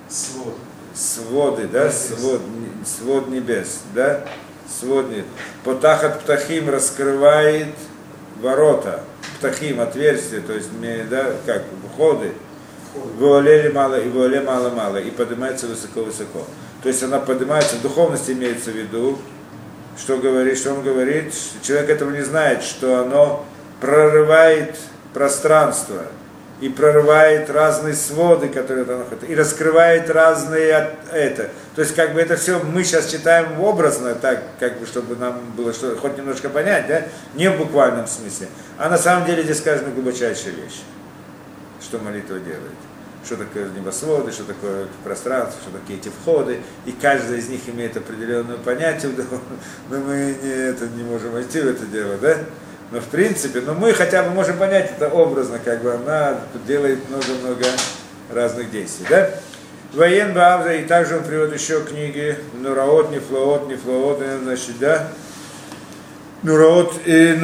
своды, да? Свод небес, да? Свод небес. Потахат птахим раскрывает ворота, птахим отверстия, то есть, да, как, входы. Вуалели мало и вуале мало-мало, и поднимается высоко-высоко. То есть она поднимается, в духовности имеется в виду, что он говорит, человек этого не знает, что оно прорывает пространство и прорывает разные своды, которые там находятся, и раскрывает разные это. То есть как бы это все мы сейчас читаем образно, так, как бы, чтобы нам было что, хоть немножко понять, да? Не в буквальном смысле, а на самом деле здесь сказана глубочайшая вещь, что молитва делает. Что такое небосводы, что такое пространство, что такие эти входы, и каждый из них имеет определенное понятие, но мы не можем войти в это дело, да? Но в принципе, мы хотя бы можем понять это образно, как бы она делает много-много разных действий, да? Воен Баавза, и также он приводит еще книги Нураот, Нефлаот, значит, да? Нураот,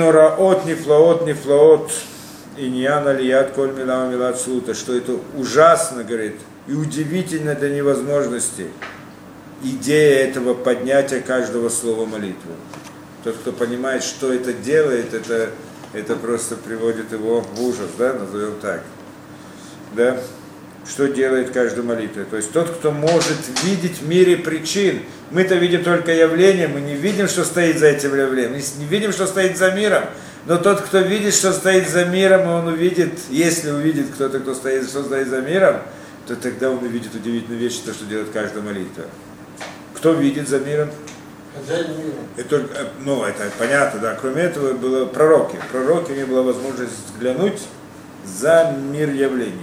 Нефлаот, Иньян алият коль милам милат слута, что это ужасно, говорит, и удивительно до невозможности идея этого поднятия каждого слова молитвы. Тот, кто понимает, что это делает, это просто приводит его в ужас, да, назовем так. Да? Что делает каждая молитва. То есть тот, кто может видеть в мире причин, мы-то видим только явление, мы не видим, что стоит за этим явлением, мы не видим, что стоит за миром. Но тот, кто видит, что стоит за миром, он увидит, если увидит кто-то, что стоит за миром, то тогда он увидит удивительную вещь, то, что делает каждая молитва. Кто видит за миром? Это понятно, да. Кроме этого, было пророки. Пророки, у них была возможность взглянуть за мир явлений.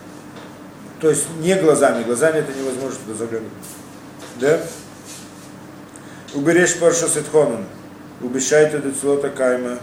То есть не глазами. Глазами это невозможно туда заглянуть. Да? Уберешь парша сетхонан. Убешайте децлота кайма.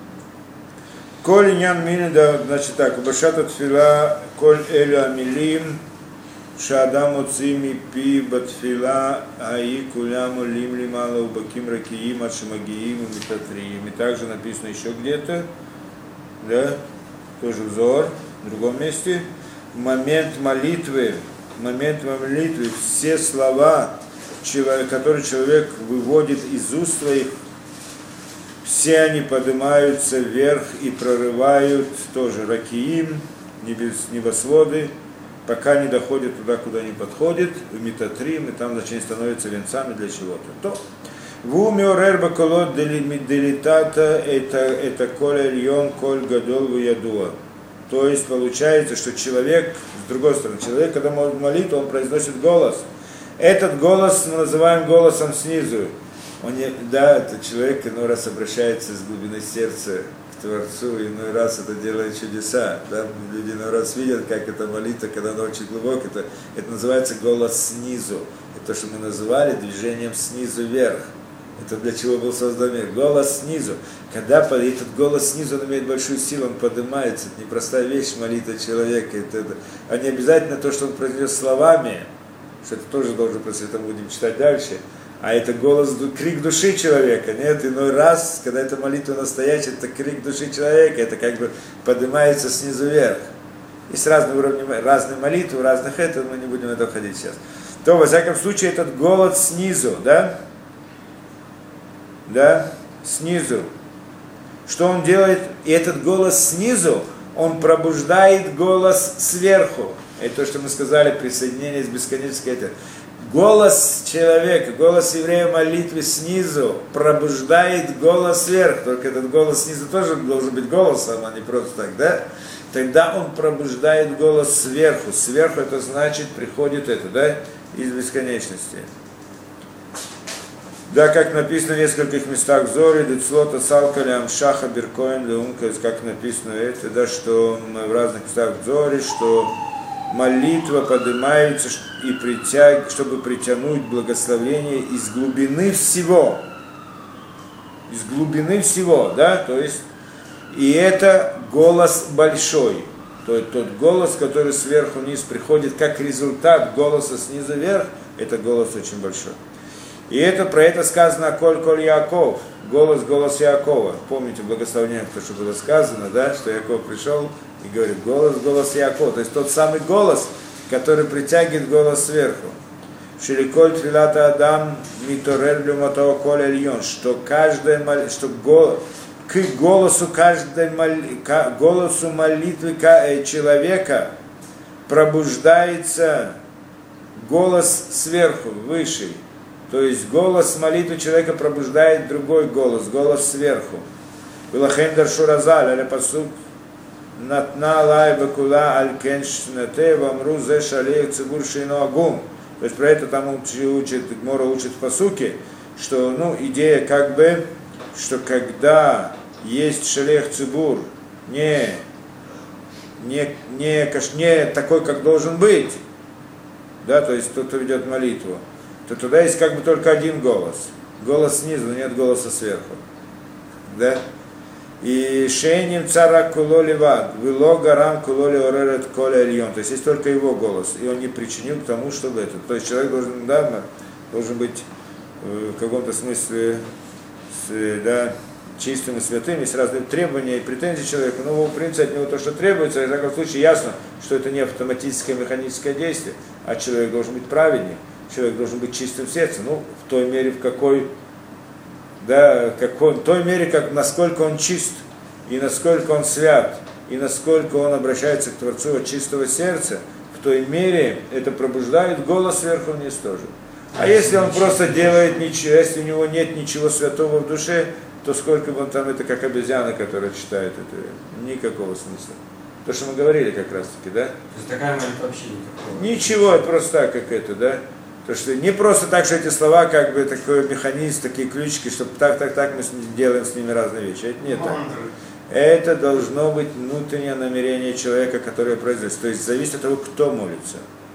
Коль иньян мини, да, значит так, убашата тфила, коль элю амилим, шаадам оцими пи батфила, аи куляму лим убаким ракиим, атшамагиим, митатриим. И также написано еще где-то, да, тоже взор, в другом месте, в момент молитвы, все слова, которые человек выводит из уст своих, все они поднимаются вверх и прорывают тоже ракиим, небосводы, пока не доходят туда, куда не подходит, в Митатрим, и там значит становятся венцами для чего-то. То вумиорер баколот делитата это коль эльон, коль гадол вуядуа. То есть получается, что человек, с другой стороны, человек, когда молит молитву, он произносит голос. Этот голос мы называем голосом снизу. Это человек иной раз обращается с глубины сердца к Творцу, иной раз это делает чудеса. Да? Люди иной раз видят, как эта молитва, когда она очень глубокая, это называется голос снизу. Это то, что мы называли движением снизу вверх. Это для чего был создан мир. Голос снизу. Когда этот голос снизу, он имеет большую силу, он поднимается. Это непростая вещь, молитва человека. А не обязательно то, что он произнес словами, что это тоже должен просто это будем читать дальше. А это голос, крик души человека. Нет, иной раз, когда это молитва настоящая, это крик души человека. Это как бы поднимается снизу вверх. Есть разные уровни, разные молитвы, разных мы не будем в это входить сейчас. То, во всяком случае, этот голос снизу, да? Да, снизу. Что он делает? И этот голос снизу, он пробуждает голос сверху. Это то, что мы сказали, присоединение с бесконечной. Голос человека, голос еврея в молитве снизу пробуждает голос сверху. Только этот голос снизу тоже должен быть голосом, а не просто так, да? Тогда он пробуждает голос сверху. Сверху это значит, приходит это, да, из бесконечности. Да, как написано в нескольких местах в Зоре, Децлота, Салкали, Амшаха, Биркоин, Леунка, как написано это, да, что в разных местах в Зоре, что молитва поднимается, чтобы притянуть благословение из глубины всего. Из глубины всего, да, то есть, и это голос большой. То есть тот голос, который сверху вниз приходит, как результат голоса снизу вверх, это голос очень большой. И про это сказано «Коль Яков», голос Якова. Помните благословение, то, что было сказано, да, что Яков пришел и говорит голос Якова. То есть тот самый голос, который притягивает голос сверху. «Шеликоль твилата адам миторер блюматова коль эльон», что к голосу молитвы человека пробуждается голос сверху, высший. То есть голос молитвы человека пробуждает другой голос сверху. Вилахем даршу разаль, але пасук натна лай бакула аль кеншнете вамру зе шалех цибур шейно агум. То есть про это там Мора учит в пасуке, что, идея как бы, что когда есть шалех цибур, не такой, как должен быть, да, то есть тот, кто ведет молитву, то туда есть как бы только один голос. Голос снизу, нет голоса сверху. Да? И шейним цара куло ливад, вило гарам куло леоререт коля ильон. То есть есть только его голос, и он не причинил к тому, чтобы это. То есть человек должен быть в каком-то смысле чистым и святым, есть разные требования и претензии человека, но в принципе от него то, что требуется, и в таком случае ясно, что это не автоматическое механическое действие, а человек должен быть праведник. Человек должен быть чистым сердцем, в той мере, насколько он чист, и насколько он свят, и насколько он обращается к Творцу от чистого сердца, в той мере это пробуждает голос сверху вниз тоже. А если он просто делает ничего, если у него нет ничего святого в душе, то сколько бы он там, это как обезьяна, которая читает это, никакого смысла. То, что мы говорили как раз таки, да? То есть такая молитва вообще никакого. Ничего, это просто так, как это, да? То, что не просто так, что эти слова, как бы такой механизм, такие ключики, что так, мы делаем с ними разные вещи. Это не так. Это должно быть внутреннее намерение человека, которое произойдет. То есть зависит от того, кто молится.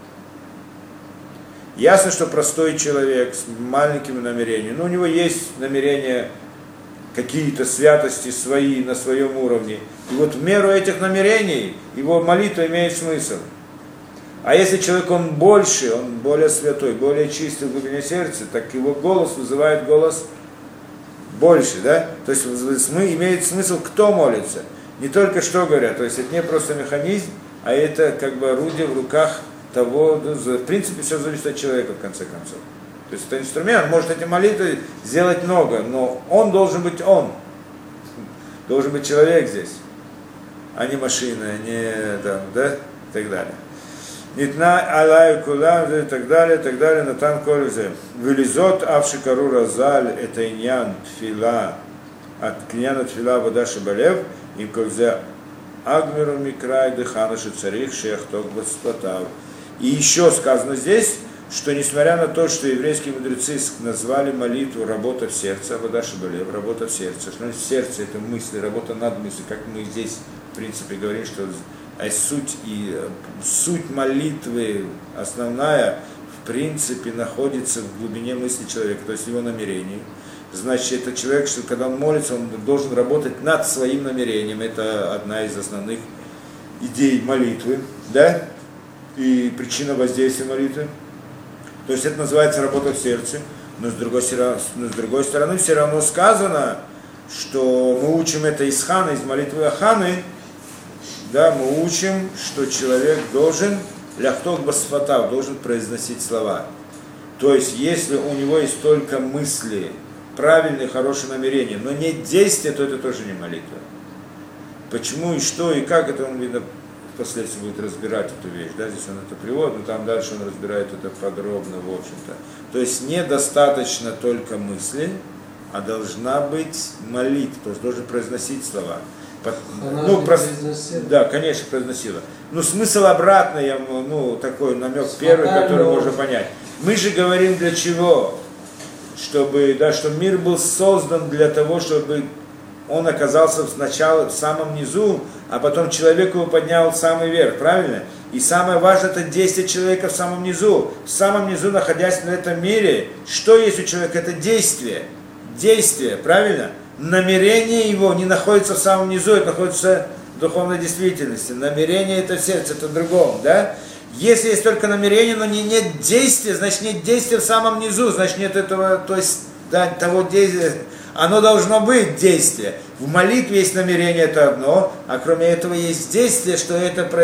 Ясно, что простой человек с маленьким намерением, у него есть намерения, какие-то святости свои на своем уровне. И вот в меру этих намерений его молитва имеет смысл. А если человек, он больше, он более святой, более чистый в глубине сердца, так его голос вызывает голос больше, да? То есть имеет смысл, кто молится. не только что говорят, то есть это не просто механизм, а это как бы орудие в руках того, в принципе, все зависит от человека в конце концов. То есть это инструмент, он может эти молитвы сделать много, но он должен быть должен быть человек здесь, а не машина, не там, да, и так далее. Нитна алай кулам, и так далее, натан кользе. Вылизот авшикару разаль, это иньян тфила, от княна тфила вода шибалев, им кользе агмеру микрай дыхана шицарих шехток басплатав. И еще сказано здесь, что несмотря на то, что еврейские мудрецы назвали молитву работа в сердце, вода шибалев, работа в сердце, что в сердце это мысли, работа над мыслью, как мы здесь в принципе говорим, что суть молитвы основная, в принципе, находится в глубине мысли человека, то есть его намерении. Значит, это человек, что когда он молится, он должен работать над своим намерением. Это одна из основных идей молитвы, да? И причина воздействия молитвы. То есть это называется работа в сердце. Но с другой стороны, все равно сказано, что мы учим это из Ханы, из молитвы Аханы. Да, мы учим, что человек должен, ляхток басфатав, должен произносить слова. То есть, если у него есть только мысли, правильные, хорошие намерения, но нет действия, то это тоже не молитва. Почему и что и как, это он, видно, впоследствии будет разбирать эту вещь. Да, здесь он это приводит, но там дальше он разбирает это подробно, в общем-то. То есть, недостаточно только мысли, а должна быть молитва, то есть должен произносить слова. Да, конечно, произносила. Но смысл обратный, такой намек первый, который можно понять. Мы же говорим для чего? Чтобы мир был создан для того, чтобы он оказался сначала в самом низу, а потом человек его поднял в самый верх, правильно? И самое важное, это действие человека в самом низу. В самом низу, находясь на этом мире, что есть у человека? Это действие. Действие, правильно? Намерение его не находится в самом низу, это находится в духовной действительности. Намерение это в сердце, это в другом, да? Если есть только намерение, но нет действия, значит нет действия в самом низу, значит нет этого, то есть того действия. Оно должно быть действие. В молитве есть намерение, это одно, а кроме этого есть действие, что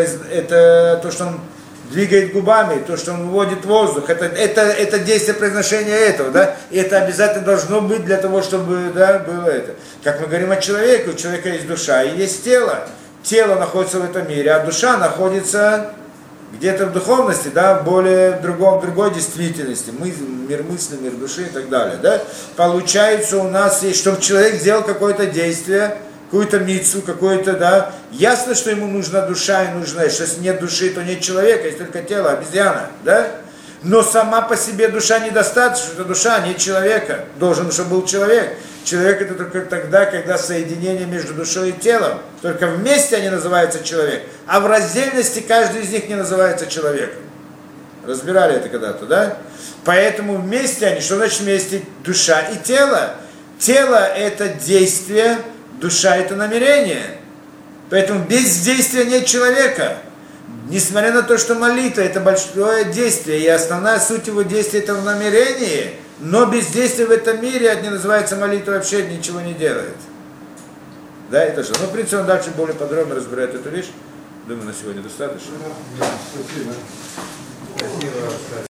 это то, что он двигает губами, то, что он выводит воздух, это действие произношения этого, да, и это обязательно должно быть для того, чтобы, да, было это. Как мы говорим о человеке, у человека есть душа и есть тело. Тело находится в этом мире, а душа находится где-то в духовности, да, в другой действительности, мир мысли, мир души и так далее, да. Получается, у нас есть, чтобы человек сделал какое-то действие, какую-то мицу, какое-то, да, ясно, что ему нужна душа и нужна, что если нет души, то нет человека, есть только тело, обезьяна, да, но сама по себе душа недостаточна, что душа, нет человека, должен, чтобы был человек. Человек это только тогда, когда соединение между душой и телом, только вместе они называются человек, а в раздельности каждый из них не называется человеком. Разбирали это когда-то, да? Поэтому вместе они, что значит вместе? Душа и тело. Тело это действие, душа это намерение. Поэтому без действия нет человека. Несмотря на то, что молитва это большое действие, и основная суть его действия это в намерении, но без действия в этом мире, это не называется молитва, вообще ничего не делает. Да, это же. Ну, в принципе, он дальше более подробно разбирает эту вещь. Думаю, на сегодня достаточно. Спасибо.